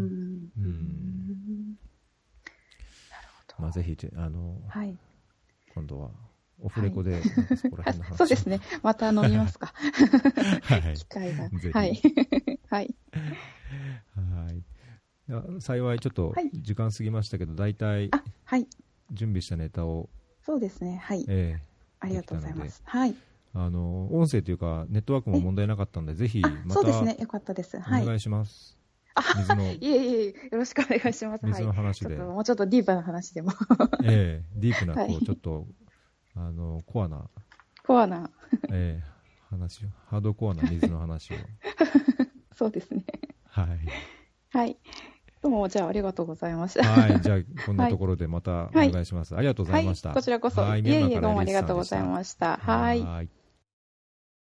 ぜひ今度はオフレコでそこら辺の話を、 そうですね、また飲みますか。機会が。はい。 幸いちょっとはい時間過ぎましたけど、大体はい。 準備したネタを、 そうですね。はい。ありがとうございます。はい。 音声というかネットワークも問題なかったので、ぜひまたそうですね。よかったです。はい。 お願いします。水のいえいえ、よろしくお願いします。はい。 水の話で、 もうちょっとディープな話でも。 ディープなはいちょっとコアな、 コアな。 話を、ハードコアな水の話をそうですね。 はいはい。どうも、じゃあ、ありがとうございました。 はい、じゃあこんなところでまたお願いします。ありがとうございました。 こちらこそ。 はい、 いえいえ、 ミャンマーからどうもありがとうございエリスさんでした。 ました。はい。 はい。